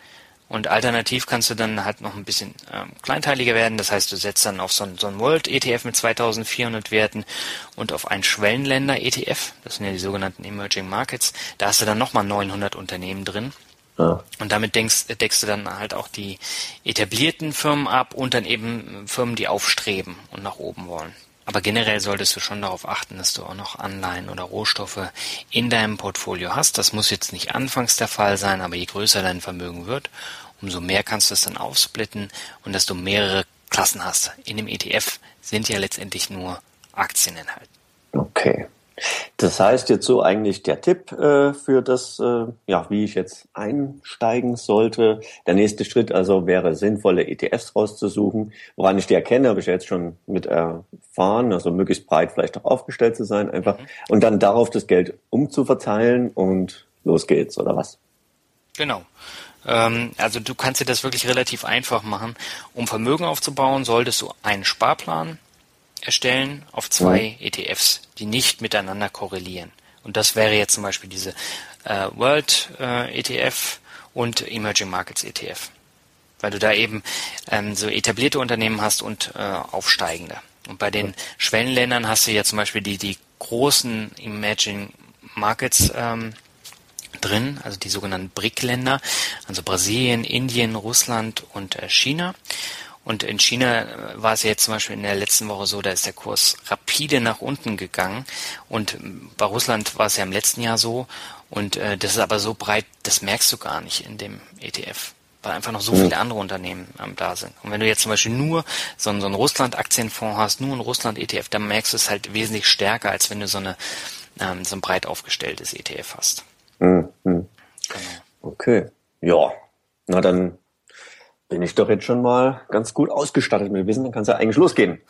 Und alternativ kannst du dann halt noch ein bisschen kleinteiliger werden. Das heißt, du setzt dann auf so einen World-ETF mit 2400 Werten und auf einen Schwellenländer-ETF. Das sind ja die sogenannten Emerging Markets. Da hast du dann nochmal 900 Unternehmen drin. Ja. Und damit deckst du dann halt auch die etablierten Firmen ab und dann eben Firmen, die aufstreben und nach oben wollen. Aber generell solltest du schon darauf achten, dass du auch noch Anleihen oder Rohstoffe in deinem Portfolio hast. Das muss jetzt nicht anfangs der Fall sein, aber je größer dein Vermögen wird, umso mehr kannst du es dann aufsplitten und dass du mehrere Klassen hast. In dem ETF sind ja letztendlich nur Aktien enthalten. Okay. Das heißt jetzt so eigentlich der Tipp für das, wie ich jetzt einsteigen sollte. Der nächste Schritt also wäre, sinnvolle ETFs rauszusuchen. Woran ich die erkenne, habe ich ja jetzt schon mit erfahren, also möglichst breit vielleicht auch aufgestellt zu sein einfach. Und dann darauf das Geld umzuverteilen und los geht's, oder was? Genau. Also du kannst dir das wirklich relativ einfach machen. Um Vermögen aufzubauen, solltest du einen Sparplan erstellen auf 2 ETFs, die nicht miteinander korrelieren. Und das wäre jetzt zum Beispiel diese World ETF und Emerging Markets ETF. Weil du da eben so etablierte Unternehmen hast und aufsteigende. Und bei den Schwellenländern hast du ja zum Beispiel die großen Emerging Markets drin, also die sogenannten BRIC-Länder, also Brasilien, Indien, Russland und China. Und in China war es ja jetzt zum Beispiel in der letzten Woche so, da ist der Kurs rapide nach unten gegangen. Und bei Russland war es ja im letzten Jahr so. Und das ist aber so breit, das merkst du gar nicht in dem ETF, weil einfach noch so viele andere Unternehmen da sind. Und wenn du jetzt zum Beispiel nur so einen Russland-Aktienfonds hast, nur einen Russland-ETF, dann merkst du es halt wesentlich stärker, als wenn du so ein breit aufgestelltes ETF hast. Genau. Okay, ja, na dann bin ich doch jetzt schon mal ganz gut ausgestattet mit Wissen, dann kann es ja eigentlich losgehen.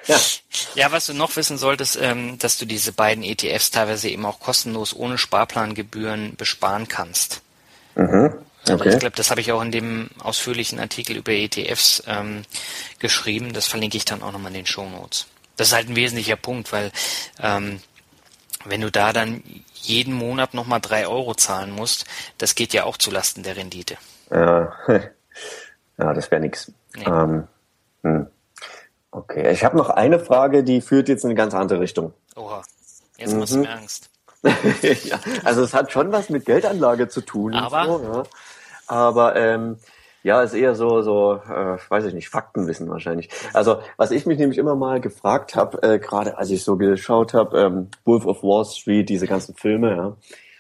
Ja, was du noch wissen solltest, dass du diese beiden ETFs teilweise eben auch kostenlos ohne Sparplangebühren besparen kannst. Okay. Aber ich glaube, das habe ich auch in dem ausführlichen Artikel über ETFs geschrieben. Das verlinke ich dann auch nochmal in den Shownotes. Das ist halt ein wesentlicher Punkt, weil wenn du da dann jeden Monat nochmal 3 Euro zahlen musst, das geht ja auch zulasten der Rendite. Ja, das wäre nix. Nee. Okay, ich habe noch eine Frage, die führt jetzt in eine ganz andere Richtung. Oha, jetzt machst du mir Angst. Ja, also es hat schon was mit Geldanlage zu tun. Aber? So, ja. Aber Ja, ist eher weiß ich nicht, Faktenwissen wahrscheinlich. Also, was ich mich nämlich immer mal gefragt habe, gerade als ich so geschaut habe, Wolf of Wall Street, diese ganzen Filme, ja,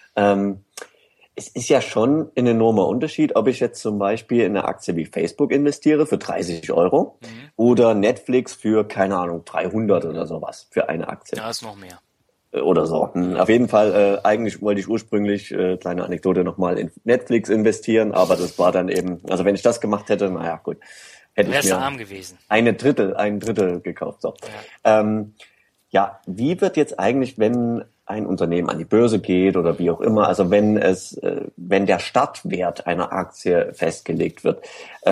es ist ja schon ein enormer Unterschied, ob ich jetzt zum Beispiel in eine Aktie wie Facebook investiere für 30 Euro oder Netflix für, keine Ahnung, 300 oder sowas für eine Aktie. Ja, ist noch mehr. Oder so. Auf jeden Fall, eigentlich wollte ich ursprünglich, kleine Anekdote, nochmal in Netflix investieren, aber das war dann eben, also wenn ich das gemacht hätte, naja, gut, hätte ich mir arm gewesen. ein Drittel gekauft. So. Ja, wie wird jetzt eigentlich, wenn ein Unternehmen an die Börse geht oder wie auch immer, also wenn der Startwert einer Aktie festgelegt wird,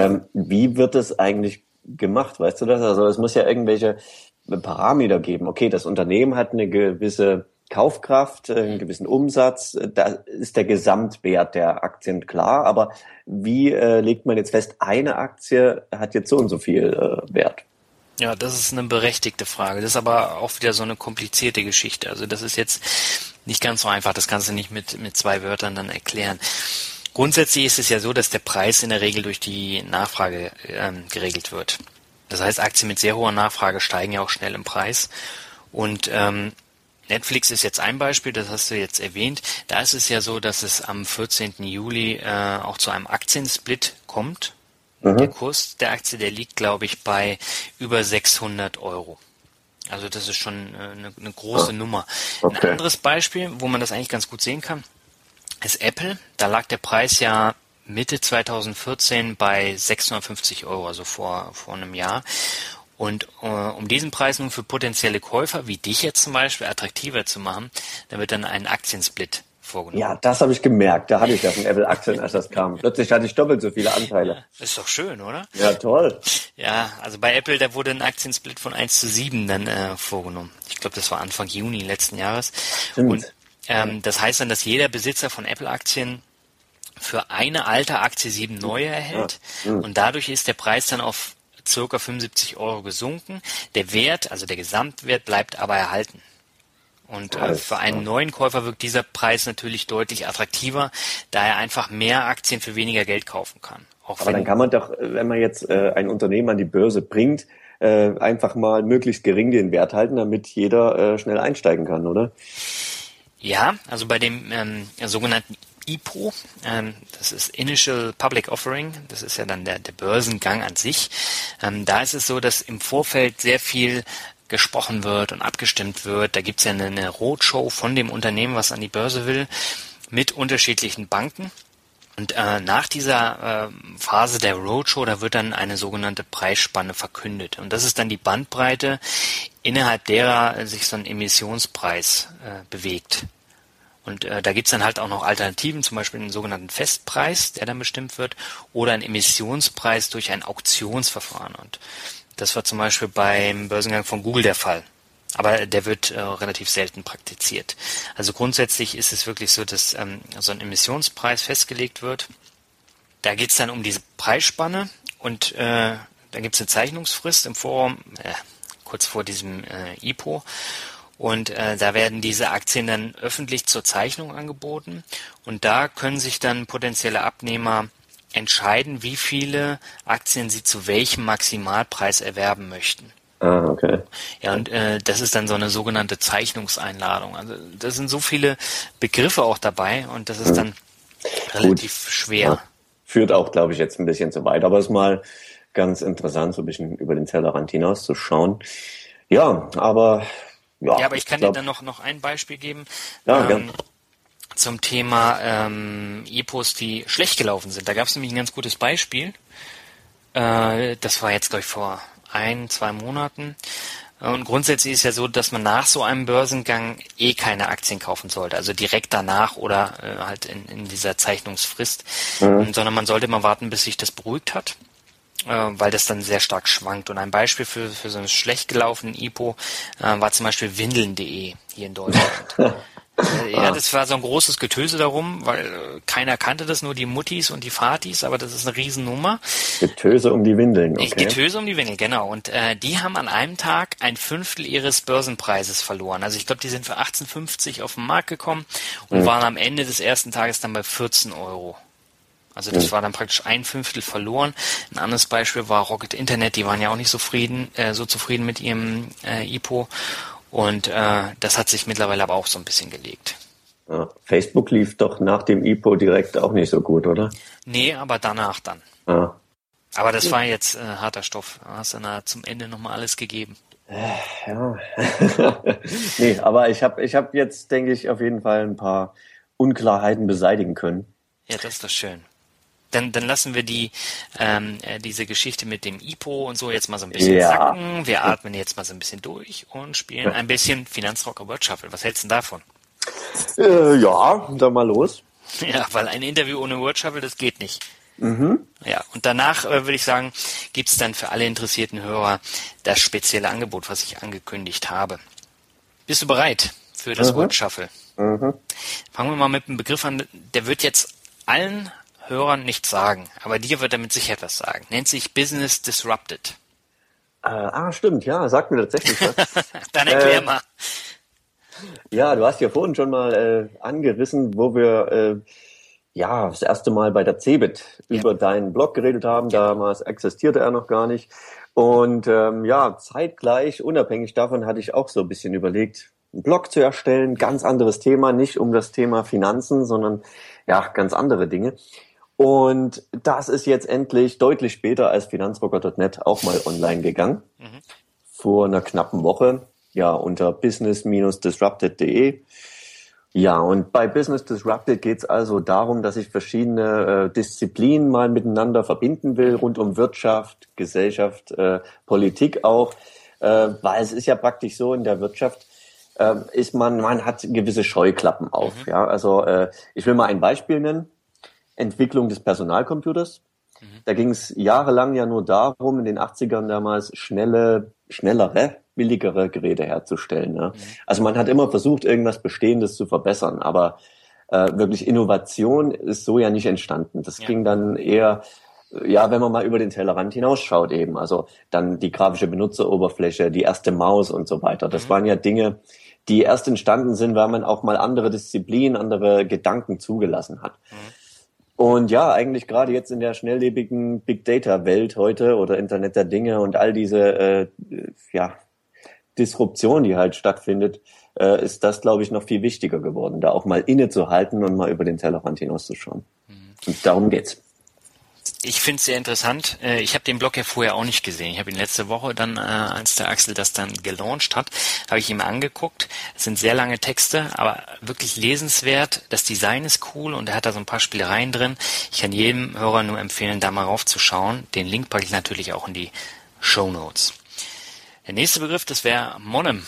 wie wird es eigentlich gemacht, weißt du das? Also es muss ja irgendwelche Parameter geben. Okay, das Unternehmen hat eine gewisse Kaufkraft, einen gewissen Umsatz, da ist der Gesamtwert der Aktien klar, aber wie legt man jetzt fest, eine Aktie hat jetzt so und so viel Wert? Ja, das ist eine berechtigte Frage. Das ist aber auch wieder so eine komplizierte Geschichte. Also das ist jetzt nicht ganz so einfach. Das kannst du nicht mit 2 Wörtern dann erklären. Grundsätzlich ist es ja so, dass der Preis in der Regel durch die Nachfrage geregelt wird. Das heißt, Aktien mit sehr hoher Nachfrage steigen ja auch schnell im Preis. Und Netflix ist jetzt ein Beispiel, das hast du jetzt erwähnt. Da ist es ja so, dass es am 14. Juli auch zu einem Aktiensplit kommt. Der Kurs der Aktie, der liegt, glaube ich, bei über 600 Euro. Also das ist schon eine große Nummer. Okay. Ein anderes Beispiel, wo man das eigentlich ganz gut sehen kann, ist Apple. Da lag der Preis ja Mitte 2014 bei 650 Euro, also vor einem Jahr. Und um diesen Preis nun für potenzielle Käufer, wie dich jetzt zum Beispiel, attraktiver zu machen, da wird dann ein Aktiensplit vorgenommen. Ja, das habe ich gemerkt. Da hatte ich ja von Apple-Aktien, als das kam. Plötzlich hatte ich doppelt so viele Anteile. Ist doch schön, oder? Ja, toll. Ja, also bei Apple, da wurde ein Aktiensplit von 1:7 dann vorgenommen. Ich glaube, das war Anfang Juni letzten Jahres. Stimmt. Und das heißt dann, dass jeder Besitzer von Apple-Aktien für eine alte Aktie 7 neue erhält. Ja. Und dadurch ist der Preis dann auf ca. 75 Euro gesunken. Der Wert, also der Gesamtwert, bleibt aber erhalten. Und für einen neuen Käufer wirkt dieser Preis natürlich deutlich attraktiver, da er einfach mehr Aktien für weniger Geld kaufen kann. Aber dann kann man doch, wenn man jetzt ein Unternehmen an die Börse bringt, einfach mal möglichst gering den Wert halten, damit jeder schnell einsteigen kann, oder? Ja, also bei dem sogenannten IPO, das ist Initial Public Offering, das ist ja dann der Börsengang an sich. Da ist es so, dass im Vorfeld sehr viel gesprochen wird und abgestimmt wird. Da gibt's ja eine Roadshow von dem Unternehmen, was an die Börse will, mit unterschiedlichen Banken. Und nach dieser Phase der Roadshow, da wird dann eine sogenannte Preisspanne verkündet. Und das ist dann die Bandbreite, innerhalb derer sich so ein Emissionspreis bewegt. Und da gibt's dann halt auch noch Alternativen, zum Beispiel einen sogenannten Festpreis, der dann bestimmt wird, oder einen Emissionspreis durch ein Auktionsverfahren. Und das war zum Beispiel beim Börsengang von Google der Fall. Aber der wird relativ selten praktiziert. Also grundsätzlich ist es wirklich so, dass so ein Emissionspreis festgelegt wird. Da geht's dann um diese Preisspanne und da gibt's eine Zeichnungsfrist im Forum, kurz vor diesem IPO. Und da werden diese Aktien dann öffentlich zur Zeichnung angeboten. Und da können sich dann potenzielle Abnehmer entscheiden, wie viele Aktien sie zu welchem Maximalpreis erwerben möchten. Ah, okay. Ja, und das ist dann so eine sogenannte Zeichnungseinladung. Also da sind so viele Begriffe auch dabei und das ist dann relativ schwer. Ja. Führt auch, glaube ich, jetzt ein bisschen zu weit, aber es ist mal ganz interessant, so ein bisschen über den Tellerrand hinaus zu schauen. Ja, aber aber ich kann dir dann noch ein Beispiel geben. Ja, gerne. Zum Thema IPOs, die schlecht gelaufen sind. Da gab es nämlich ein ganz gutes Beispiel. Das war jetzt, glaube ich, vor 1-2 Monaten. Und grundsätzlich ist ja so, dass man nach so einem Börsengang keine Aktien kaufen sollte. Also direkt danach oder halt in dieser Zeichnungsfrist. Sondern man sollte mal warten, bis sich das beruhigt hat. Weil das dann sehr stark schwankt. Und ein Beispiel für so einen schlecht gelaufenen IPO war zum Beispiel Windeln.de hier in Deutschland. Ja, das war so ein großes Getöse darum, weil keiner kannte das, nur die Muttis und die Vatis, aber das ist eine Riesennummer. Getöse um die Windeln, okay. Getöse um die Windeln, genau. Und die haben an einem Tag 1/5 ihres Börsenpreises verloren. Also ich glaube, die sind für 18,50 auf den Markt gekommen und waren am Ende des ersten Tages dann bei 14 Euro. Also das war dann praktisch 1/5 verloren. Ein anderes Beispiel war Rocket Internet, die waren ja auch nicht so zufrieden mit ihrem IPO und das hat sich mittlerweile aber auch so ein bisschen gelegt. Ja, Facebook lief doch nach dem IPO direkt auch nicht so gut, oder? Nee, aber danach dann. Ja. Aber das war jetzt harter Stoff. Da hast du zum Ende nochmal alles gegeben. Ja. Nee, aber ich hab jetzt, denke ich, auf jeden Fall ein paar Unklarheiten beseitigen können. Ja, das ist doch schön. Dann lassen wir diese Geschichte mit dem IPO und so jetzt mal so ein bisschen sacken. Wir atmen jetzt mal so ein bisschen durch und spielen ein bisschen Finanzrocker Word Shuffle. Was hältst du denn davon? Ja, dann mal los. Ja, weil ein Interview ohne Word Shuffle, das geht nicht. Mhm. Ja, und danach würde ich sagen, gibt's dann für alle interessierten Hörer das spezielle Angebot, was ich angekündigt habe. Bist du bereit für das Word Shuffle? Mhm. Fangen wir mal mit einem Begriff an, der wird jetzt allen Hörern nichts sagen, aber dir wird er mit Sicherheit was sagen. Nennt sich Business Disrupted. Stimmt, ja, sagt mir tatsächlich was. Dann erklär mal. Ja, du hast ja vorhin schon mal angerissen, wo wir das erste Mal bei der CeBIT über deinen Blog geredet haben. Damals existierte er noch gar nicht. Und zeitgleich, unabhängig davon, hatte ich auch so ein bisschen überlegt, einen Blog zu erstellen. Ganz anderes Thema, nicht um das Thema Finanzen, sondern ganz andere Dinge. Und das ist jetzt endlich deutlich später als finanzrocker.net auch mal online gegangen. Mhm. Vor einer knappen Woche. Ja, unter business-disrupted.de. Ja, und bei Business Disrupted geht es also darum, dass ich verschiedene Disziplinen mal miteinander verbinden will, rund um Wirtschaft, Gesellschaft, Politik auch, weil es ist ja praktisch so in der Wirtschaft, man hat gewisse Scheuklappen auf. Mhm. Ja, also ich will mal ein Beispiel nennen. Entwicklung des Personalcomputers. Mhm. Da ging es jahrelang ja nur darum, in den 80ern damals schnellere, billigere Geräte herzustellen. Ja. Mhm. Also man hat immer versucht, irgendwas Bestehendes zu verbessern, aber wirklich Innovation ist so ja nicht entstanden. Das ging dann eher, wenn man mal über den Tellerrand hinausschaut eben. Also dann die grafische Benutzeroberfläche, die erste Maus und so weiter. Das waren ja Dinge, die erst entstanden sind, weil man auch mal andere Disziplinen, andere Gedanken zugelassen hat. Mhm. Und ja, eigentlich gerade jetzt in der schnelllebigen Big Data Welt heute oder Internet der Dinge und all diese Disruption, die halt stattfindet, ist das, glaube ich, noch viel wichtiger geworden, da auch mal innezuhalten und mal über den Tellerrand hinauszuschauen. Mhm. Und darum geht's. Ich finde es sehr interessant. Ich habe den Blog ja vorher auch nicht gesehen. Ich habe ihn letzte Woche dann, als der Axel das dann gelauncht hat, habe ich ihm angeguckt. Es sind sehr lange Texte, aber wirklich lesenswert. Das Design ist cool und er hat da so ein paar Spielereien drin. Ich kann jedem Hörer nur empfehlen, da mal raufzuschauen. Den Link packe ich natürlich auch in die Shownotes. Der nächste Begriff, das wäre Monem.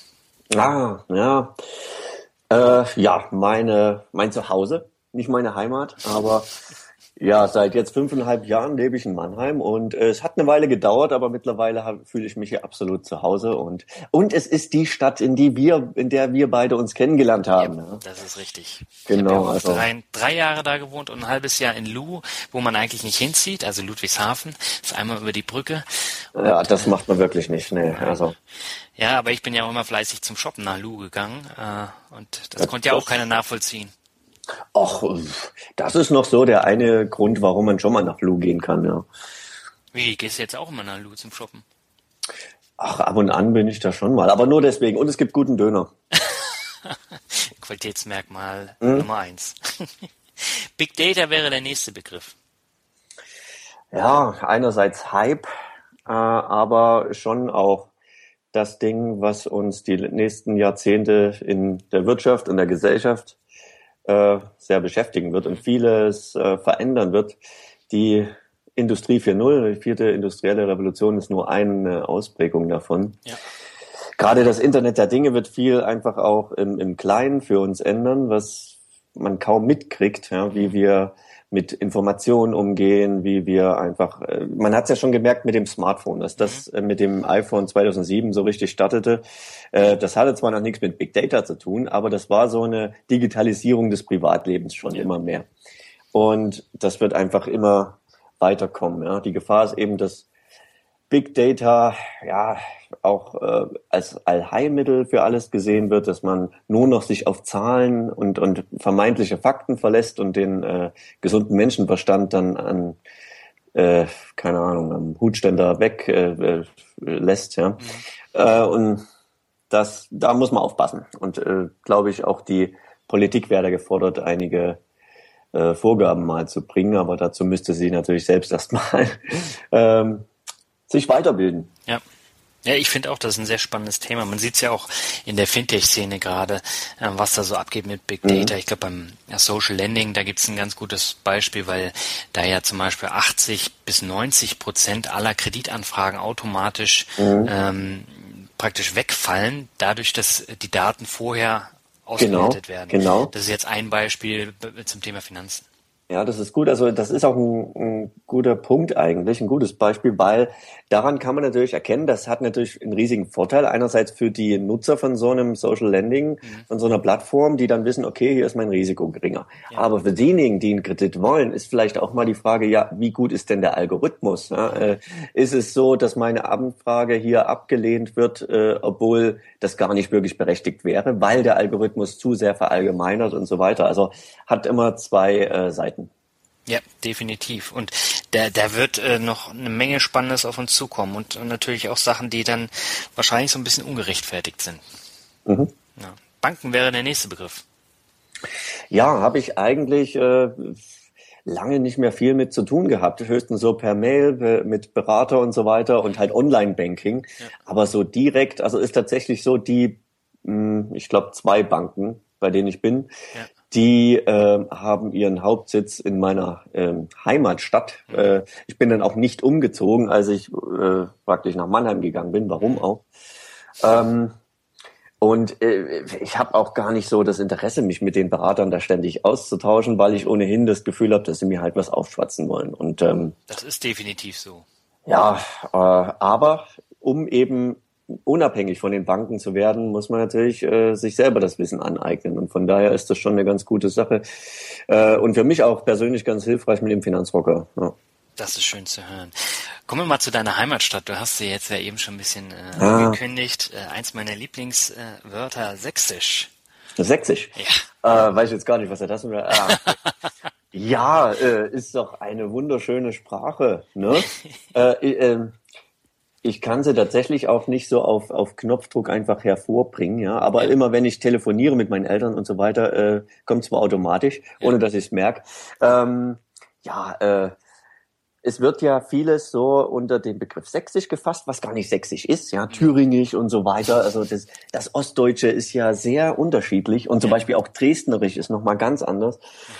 Mein Zuhause, nicht meine Heimat, aber ja, seit jetzt 5,5 Jahren lebe ich in Mannheim und es hat eine Weile gedauert, aber mittlerweile fühle ich mich hier absolut zu Hause und es ist die Stadt, in der wir beide uns kennengelernt haben. Ja, das ist richtig. Genau. Ich habe drei Jahre da gewohnt und ein halbes Jahr in Luh, wo man eigentlich nicht hinzieht, also Ludwigshafen, ist einmal über die Brücke. Und, ja, das macht man wirklich nicht, ne. Also. Ja, aber ich bin ja auch immer fleißig zum Shoppen nach Luh gegangen und das konnte ja auch keiner nachvollziehen. Ach, das ist noch so der eine Grund, warum man schon mal nach Luh gehen kann, ja. Wie, gehst du jetzt auch immer nach Luh zum Shoppen? Ach, ab und an bin ich da schon mal, aber nur deswegen. Und es gibt guten Döner. Qualitätsmerkmal Nummer 1. Big Data wäre der nächste Begriff. Ja, einerseits Hype, aber schon auch das Ding, was uns die nächsten Jahrzehnte in der Wirtschaft und der Gesellschaft sehr beschäftigen wird und vieles verändern wird. Die Industrie 4.0, die 4. industrielle Revolution ist nur eine Ausprägung davon. Ja. Gerade das Internet der Dinge wird viel einfach auch im Kleinen für uns ändern, was man kaum mitkriegt, ja, wie wir mit Informationen umgehen, wie wir einfach, man hat es ja schon gemerkt mit dem Smartphone, dass das mit dem iPhone 2007 so richtig startete. Das hatte zwar noch nichts mit Big Data zu tun, aber das war so eine Digitalisierung des Privatlebens schon immer mehr. Und das wird einfach immer weiterkommen. Ja. Die Gefahr ist eben, dass Big Data ja auch als Allheilmittel für alles gesehen wird, dass man nur noch sich auf Zahlen und vermeintliche Fakten verlässt und den gesunden Menschenverstand dann an keine Ahnung, am Hutständer weg lässt, ja. Und da muss man aufpassen. Und glaube ich, auch die Politik wäre da gefordert, einige Vorgaben mal zu bringen, aber dazu müsste sie natürlich selbst erstmal sich weiterbilden. Ja. Ja, ich finde auch, das ist ein sehr spannendes Thema. Man sieht es ja auch in der Fintech-Szene gerade, was da so abgeht mit Big Data. Ich glaube, beim Social Lending, da gibt es ein ganz gutes Beispiel, weil da ja zum Beispiel 80-90% aller Kreditanfragen automatisch praktisch wegfallen, dadurch, dass die Daten vorher ausgewertet werden. Genau. Das ist jetzt ein Beispiel zum Thema Finanzen. Ja, das ist gut. Also das ist auch ein guter Punkt eigentlich, ein gutes Beispiel, weil daran kann man natürlich erkennen, das hat natürlich einen riesigen Vorteil. Einerseits für die Nutzer von so einem Social Lending, von so einer Plattform, die dann wissen, okay, hier ist mein Risiko geringer. Ja. Aber für diejenigen, die einen Kredit wollen, ist vielleicht auch mal die Frage, ja, wie gut ist denn der Algorithmus? Ja, ist es so, dass meine Anfrage hier abgelehnt wird, obwohl das gar nicht wirklich berechtigt wäre, weil der Algorithmus zu sehr verallgemeinert und so weiter. Also hat immer zwei Seiten. Ja, definitiv. Und da wird noch eine Menge Spannendes auf uns zukommen und natürlich auch Sachen, die dann wahrscheinlich so ein bisschen ungerechtfertigt sind. Ja. Banken wäre der nächste Begriff. Ja, habe ich eigentlich lange nicht mehr viel mit zu tun gehabt. Höchstens so per Mail mit Berater und so weiter und halt Online-Banking. Ja. Aber so direkt, also ist tatsächlich so ich glaube 2 Banken, bei denen ich bin, die haben ihren Hauptsitz in meiner Heimatstadt. Ich bin dann auch nicht umgezogen, als ich praktisch nach Mannheim gegangen bin. Warum auch? Ich habe auch gar nicht so das Interesse, mich mit den Beratern da ständig auszutauschen, weil ich ohnehin das Gefühl habe, dass sie mir halt was aufschwatzen wollen. Und das ist definitiv so. Ja, aber um eben unabhängig von den Banken zu werden, muss man natürlich sich selber das Wissen aneignen. Und von daher ist das schon eine ganz gute Sache. Und für mich auch persönlich ganz hilfreich mit dem Finanzrocker. Ja. Das ist schön zu hören. Kommen wir mal zu deiner Heimatstadt. Du hast sie jetzt ja eben schon ein bisschen angekündigt. Eins meiner Lieblingswörter, Sächsisch. Sächsisch? Ja. Weiß ich jetzt gar nicht, was das ist. Ja, ist doch eine wunderschöne Sprache. Ne? Ich kann sie tatsächlich auch nicht so auf Knopfdruck einfach hervorbringen, ja. Aber immer wenn ich telefoniere mit meinen Eltern und so weiter, kommt zwar automatisch, ohne dass ich es merke. Es wird ja vieles so unter dem Begriff Sächsisch gefasst, was gar nicht Sächsisch ist, ja, Thüringisch und so weiter. Also das Ostdeutsche ist ja sehr unterschiedlich und zum Beispiel auch Dresdnerisch ist nochmal ganz anders.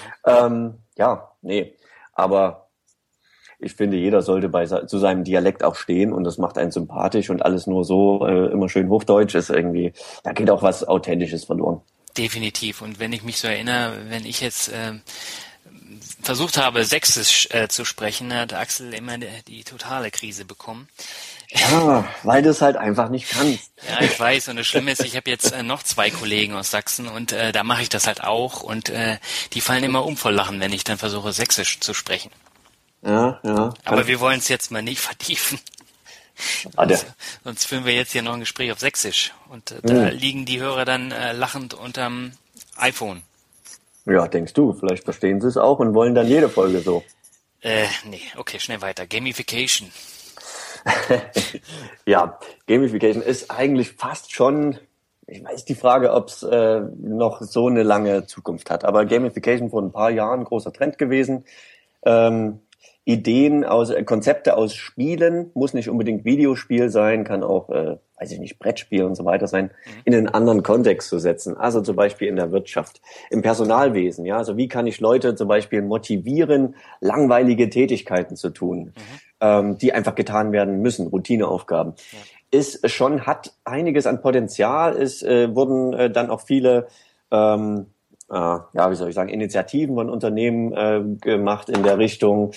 Aber ich finde, jeder sollte zu seinem Dialekt auch stehen und das macht einen sympathisch und alles nur so immer schön Hochdeutsch ist irgendwie, da geht auch was Authentisches verloren. Definitiv. Und wenn ich mich so erinnere, wenn ich jetzt versucht habe, Sächsisch zu sprechen, hat Axel immer die totale Krise bekommen. Ja, weil du es halt einfach nicht kannst. Ja, ich weiß. Und das Schlimme ist, ich habe jetzt noch 2 Kollegen aus Sachsen und da mache ich das halt auch und die fallen immer um vor Lachen, wenn ich dann versuche, Sächsisch zu sprechen. Ja. Aber wir wollen es jetzt mal nicht vertiefen. Sonst führen wir jetzt hier noch ein Gespräch auf Sächsisch. Und da liegen die Hörer dann lachend unterm iPhone. Ja, denkst du, vielleicht verstehen sie es auch und wollen dann jede Folge so. Nee, okay, schnell weiter. Gamification. Ja, Gamification ist eigentlich fast schon, ich weiß die Frage, ob es noch so eine lange Zukunft hat, aber Gamification vor ein paar Jahren großer Trend gewesen. Konzepte aus Spielen, muss nicht unbedingt Videospiel sein, kann auch, Brettspiel und so weiter sein, in einen anderen Kontext zu setzen. Also zum Beispiel in der Wirtschaft, im Personalwesen, ja. Also wie kann ich Leute zum Beispiel motivieren, langweilige Tätigkeiten zu tun, die einfach getan werden müssen, Routineaufgaben. Ja. Hat einiges an Potenzial, wurden dann auch viele Initiativen von Unternehmen gemacht in der Richtung.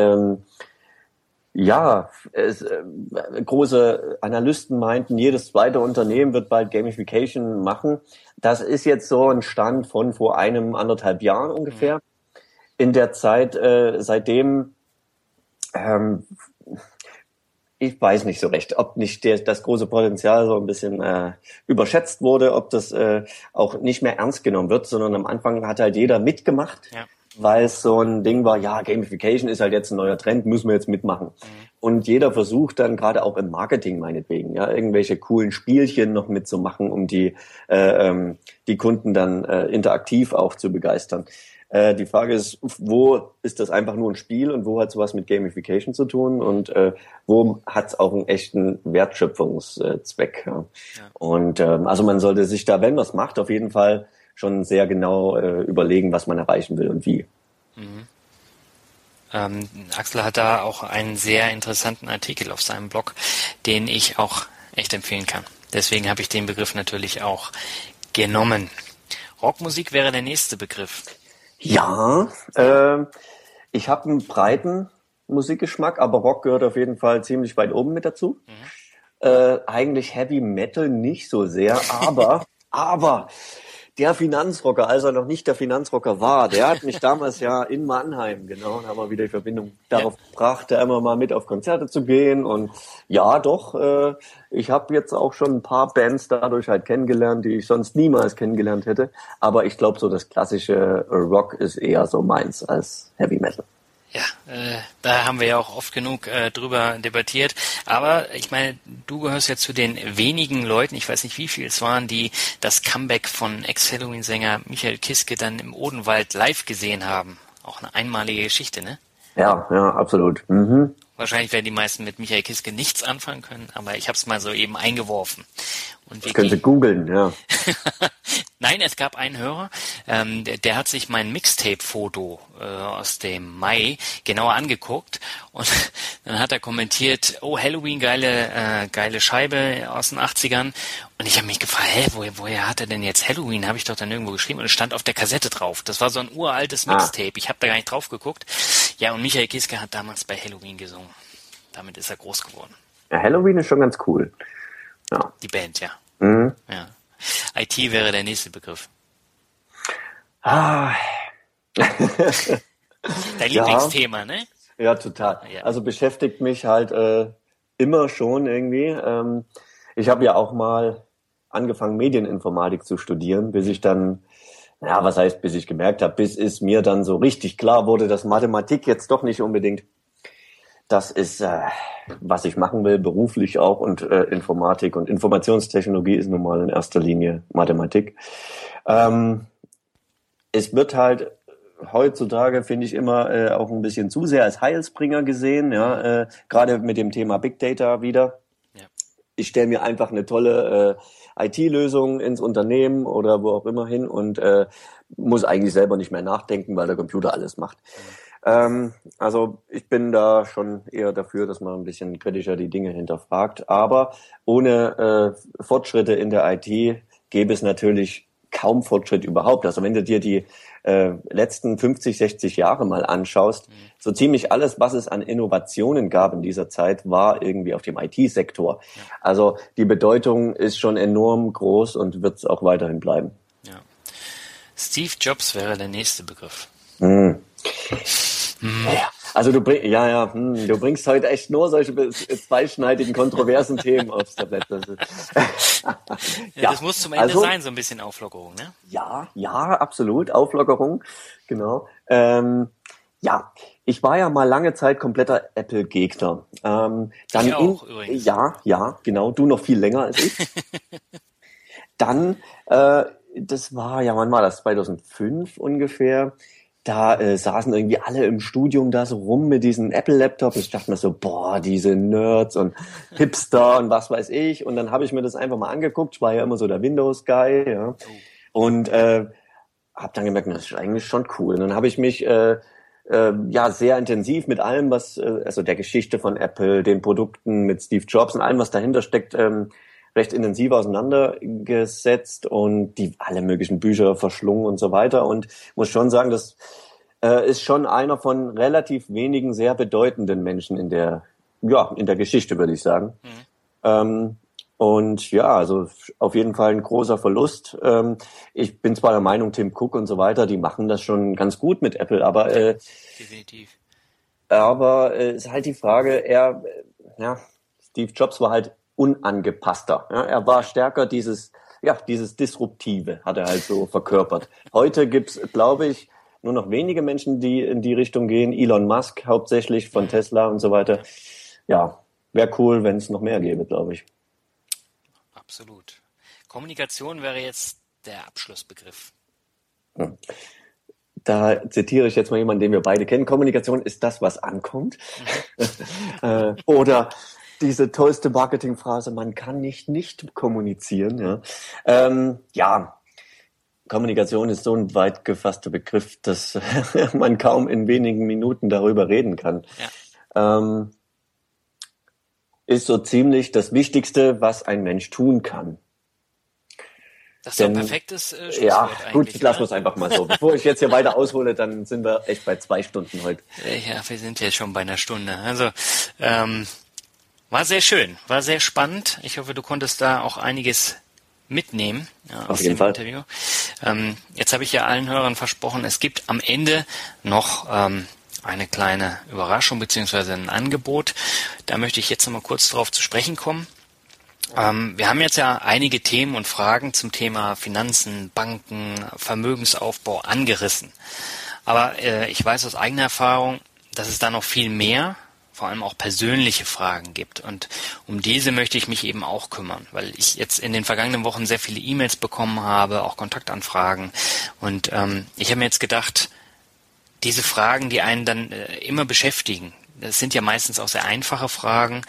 Große Analysten meinten, jedes zweite Unternehmen wird bald Gamification machen. Das ist jetzt so ein Stand von vor 1,5 Jahren ungefähr. In der Zeit, seitdem Ich weiß nicht so recht, ob nicht das große Potenzial so ein bisschen überschätzt wurde, ob das auch nicht mehr ernst genommen wird, sondern am Anfang hat halt jeder mitgemacht, weil es so ein Ding war, ja, Gamification ist halt jetzt ein neuer Trend, müssen wir jetzt mitmachen. Und jeder versucht dann gerade auch im Marketing meinetwegen, ja, irgendwelche coolen Spielchen noch mitzumachen, um die Kunden dann interaktiv auch zu begeistern. Die Frage ist, wo ist das einfach nur ein Spiel und wo hat es was mit Gamification zu tun und wo hat es auch einen echten Wertschöpfungszweck. Ja. Und also man sollte sich da, wenn man es macht, auf jeden Fall schon sehr genau überlegen, was man erreichen will und wie. Axel hat da auch einen sehr interessanten Artikel auf seinem Blog, den ich auch echt empfehlen kann. Deswegen habe ich den Begriff natürlich auch genommen. Rockmusik wäre der nächste Begriff. Ja, ich habe einen breiten Musikgeschmack, aber Rock gehört auf jeden Fall ziemlich weit oben mit dazu. Eigentlich Heavy Metal nicht so sehr, aber der Finanzrocker, als er noch nicht der Finanzrocker war, der hat mich damals ja in Mannheim, genau, da haben wir wieder die Verbindung darauf gebracht, da immer mal mit auf Konzerte zu gehen. Und ja, doch, ich habe jetzt auch schon ein paar Bands dadurch halt kennengelernt, die ich sonst niemals kennengelernt hätte. Aber ich glaube, so das klassische Rock ist eher so meins als Heavy Metal. Ja, da haben wir ja auch oft genug drüber debattiert. Aber ich meine, du gehörst ja zu den wenigen Leuten, ich weiß nicht, wie viele es waren, die das Comeback von Ex-Halloween-Sänger Michael Kiske dann im Odenwald live gesehen haben. Auch eine einmalige Geschichte, ne? Ja, absolut. Wahrscheinlich werden die meisten mit Michael Kiske nichts anfangen können, aber ich habe es mal so eben eingeworfen. Und das können Sie googeln, ja. Nein, es gab einen Hörer, der hat sich mein Mixtape-Foto aus dem Mai genauer angeguckt und dann hat er kommentiert, oh, Halloween, geile Scheibe aus den 80ern. Und ich habe mich gefragt, woher hat er denn jetzt Halloween? Habe ich doch dann irgendwo geschrieben und es stand auf der Kassette drauf. Das war so ein uraltes Mixtape. Ich habe da gar nicht drauf geguckt. Ja, und Michael Kiske hat damals bei Halloween gesungen. Damit ist er groß geworden. Ja, Halloween ist schon ganz cool. Ja. Die Band, ja. Ja. IT wäre der nächste Begriff. Dein Lieblingsthema, ne? Ja, total. Ja. Also beschäftigt mich halt immer schon irgendwie. Ich habe ja auch mal angefangen, Medieninformatik zu studieren, bis ich dann, bis ich gemerkt habe, bis es mir dann so richtig klar wurde, dass Mathematik jetzt doch nicht unbedingt das ist, was ich machen will, beruflich auch, und Informatik und Informationstechnologie ist nun mal in erster Linie Mathematik. Es wird halt heutzutage, finde ich, immer auch ein bisschen zu sehr als Heilsbringer gesehen, ja, gerade mit dem Thema Big Data wieder. Ja. Ich stelle mir einfach eine tolle IT-Lösung ins Unternehmen oder wo auch immer hin und muss eigentlich selber nicht mehr nachdenken, weil der Computer alles macht. Also ich bin da schon eher dafür, dass man ein bisschen kritischer die Dinge hinterfragt. Aber ohne Fortschritte in der IT gäbe es natürlich kaum Fortschritt überhaupt. Also wenn du dir die letzten 50, 60 Jahre mal anschaust, so ziemlich alles, was es an Innovationen gab in dieser Zeit, war irgendwie auf dem IT-Sektor. Ja. Also die Bedeutung ist schon enorm groß und wird es auch weiterhin bleiben. Ja. Steve Jobs wäre der nächste Begriff. Ja, also du bringst heute echt nur solche zweischneidigen, kontroversen Themen aufs Tablett. Das muss zum Ende sein, so ein bisschen Auflockerung, ne? Ja, absolut, Auflockerung, genau. Ich war ja mal lange Zeit kompletter Apple-Gegner. Ich auch übrigens. Ja, genau, du noch viel länger als ich. Dann, das war, wann war das? 2005 ungefähr. Da saßen irgendwie alle im Studium da so rum mit diesen Apple-Laptops. Ich dachte mir so, diese Nerds und Hipster und was weiß ich. Und dann habe ich mir das einfach mal angeguckt. Ich war ja immer so der Windows-Guy. Ja. Und habe dann gemerkt, das ist eigentlich schon cool. Und dann habe ich mich sehr intensiv mit allem, was, also der Geschichte von Apple, den Produkten mit Steve Jobs und allem, was dahinter steckt, recht intensiv auseinandergesetzt und alle möglichen Bücher verschlungen und so weiter. Und muss schon sagen, das ist schon einer von relativ wenigen sehr bedeutenden Menschen in der Geschichte, würde ich sagen. Also auf jeden Fall ein großer Verlust. Ich bin zwar der Meinung, Tim Cook und so weiter, die machen das schon ganz gut mit Apple, aber definitiv. Aber ist halt die Frage, Steve Jobs war halt unangepasster. Ja, er war stärker dieses Disruptive hat er halt so verkörpert. Heute gibt's, glaube ich, nur noch wenige Menschen, die in die Richtung gehen. Elon Musk hauptsächlich von Tesla und so weiter. Ja, wäre cool, wenn es noch mehr gäbe, glaube ich. Absolut. Kommunikation wäre jetzt der Abschlussbegriff. Da zitiere ich jetzt mal jemanden, den wir beide kennen. Kommunikation ist das, was ankommt. Oder diese tollste Marketingphrase, man kann nicht kommunizieren. Ja. Kommunikation ist so ein weit gefasster Begriff, dass man kaum in wenigen Minuten darüber reden kann. Ja. Ist so ziemlich das Wichtigste, was ein Mensch tun kann. Das ist ein perfektes Schlusswort eigentlich. Gut, lassen wir es einfach mal so. Bevor ich jetzt hier weiter aushole, dann sind wir echt bei 2 Stunden heute. Ja, wir sind jetzt schon bei einer Stunde. Also war sehr schön, war sehr spannend. Ich hoffe, du konntest da auch einiges mitnehmen aus dem Interview. Jetzt habe ich ja allen Hörern versprochen, es gibt am Ende noch eine kleine Überraschung beziehungsweise ein Angebot. Da möchte ich jetzt noch mal kurz drauf zu sprechen kommen. Wir haben jetzt ja einige Themen und Fragen zum Thema Finanzen, Banken, Vermögensaufbau angerissen. Aber ich weiß aus eigener Erfahrung, dass es da noch viel mehr, vor allem auch persönliche Fragen gibt. Und um diese möchte ich mich eben auch kümmern, weil ich jetzt in den vergangenen Wochen sehr viele E-Mails bekommen habe, auch Kontaktanfragen. Und ich habe mir jetzt gedacht, diese Fragen, die einen dann immer beschäftigen, das sind ja meistens auch sehr einfache Fragen,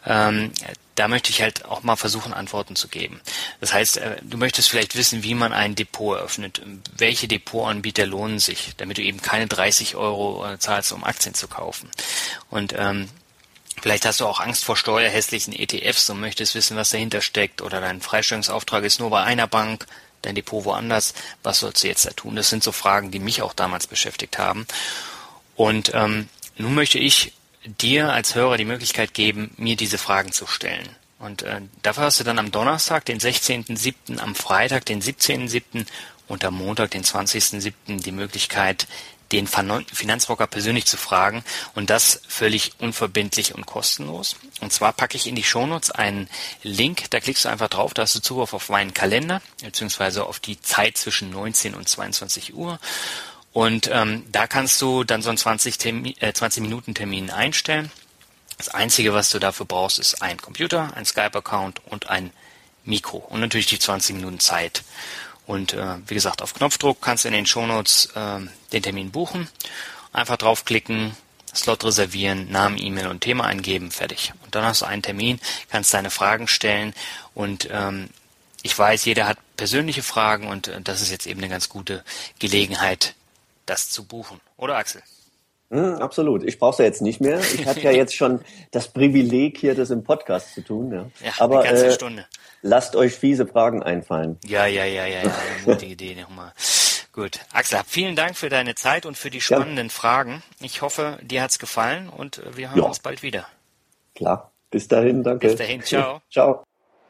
da möchte ich halt auch mal versuchen, Antworten zu geben. Das heißt, du möchtest vielleicht wissen, wie man ein Depot eröffnet, welche Depotanbieter lohnen sich, damit du eben keine 30 Euro zahlst, um Aktien zu kaufen. Und vielleicht hast du auch Angst vor steuerhässlichen ETFs und möchtest wissen, was dahinter steckt, oder dein Freistellungsauftrag ist nur bei einer Bank, dein Depot woanders, was sollst du jetzt da tun? Das sind so Fragen, die mich auch damals beschäftigt haben. Und nun möchte ich dir als Hörer die Möglichkeit geben, mir diese Fragen zu stellen. Und dafür hast du dann am Donnerstag, den 16.07., am Freitag, den 17.07. und am Montag, den 20.07. die Möglichkeit, den Finanzrocker persönlich zu fragen, und das völlig unverbindlich und kostenlos. Und zwar packe ich in die Shownotes einen Link, da klickst du einfach drauf, da hast du Zugriff auf meinen Kalender, beziehungsweise auf die Zeit zwischen 19 und 22 Uhr. Und da kannst du dann so einen 20-Minuten-Termin einstellen. Das Einzige, was du dafür brauchst, ist ein Computer, ein Skype-Account und ein Mikro und natürlich die 20 Minuten Zeit. Und wie gesagt, auf Knopfdruck kannst du in den Shownotes den Termin buchen. Einfach draufklicken, Slot reservieren, Namen, E-Mail und Thema eingeben, fertig. Und dann hast du einen Termin, kannst deine Fragen stellen. Und ich weiß, jeder hat persönliche Fragen, und das ist jetzt eben eine ganz gute Gelegenheit, das zu buchen. Oder, Axel? Absolut. Ich brauche es ja jetzt nicht mehr. Ich hatte ja jetzt schon das Privileg, hier das im Podcast zu tun. Ja, aber eine ganze Stunde. Lasst euch fiese Fragen einfallen. Ja. Mutige Idee nochmal. Gut. Axel, vielen Dank für deine Zeit und für die spannenden Fragen. Ich hoffe, dir hat's gefallen, und wir hören uns bald wieder. Klar. Bis dahin, danke. Bis dahin, ciao. Ciao.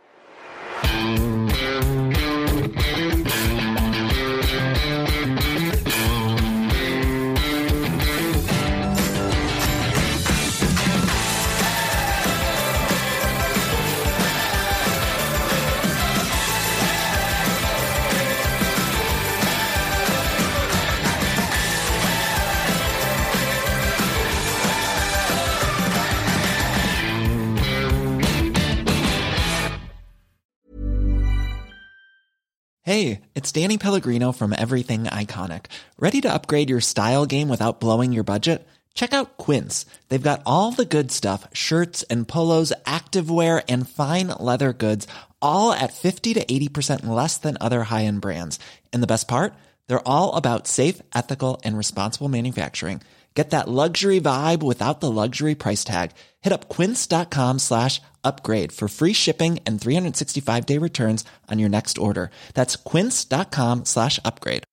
Hey, it's Danny Pellegrino from Everything Iconic. Ready to upgrade your style game without blowing your budget? Check out Quince. They've got all the good stuff, shirts and polos, activewear, and fine leather goods, all at 50 to 80% less than other high-end brands. And the best part? They're all about safe, ethical, and responsible manufacturing. Get that luxury vibe without the luxury price tag. Hit up quince.com/upgrade for free shipping and 365-day returns on your next order. That's quince.com/upgrade.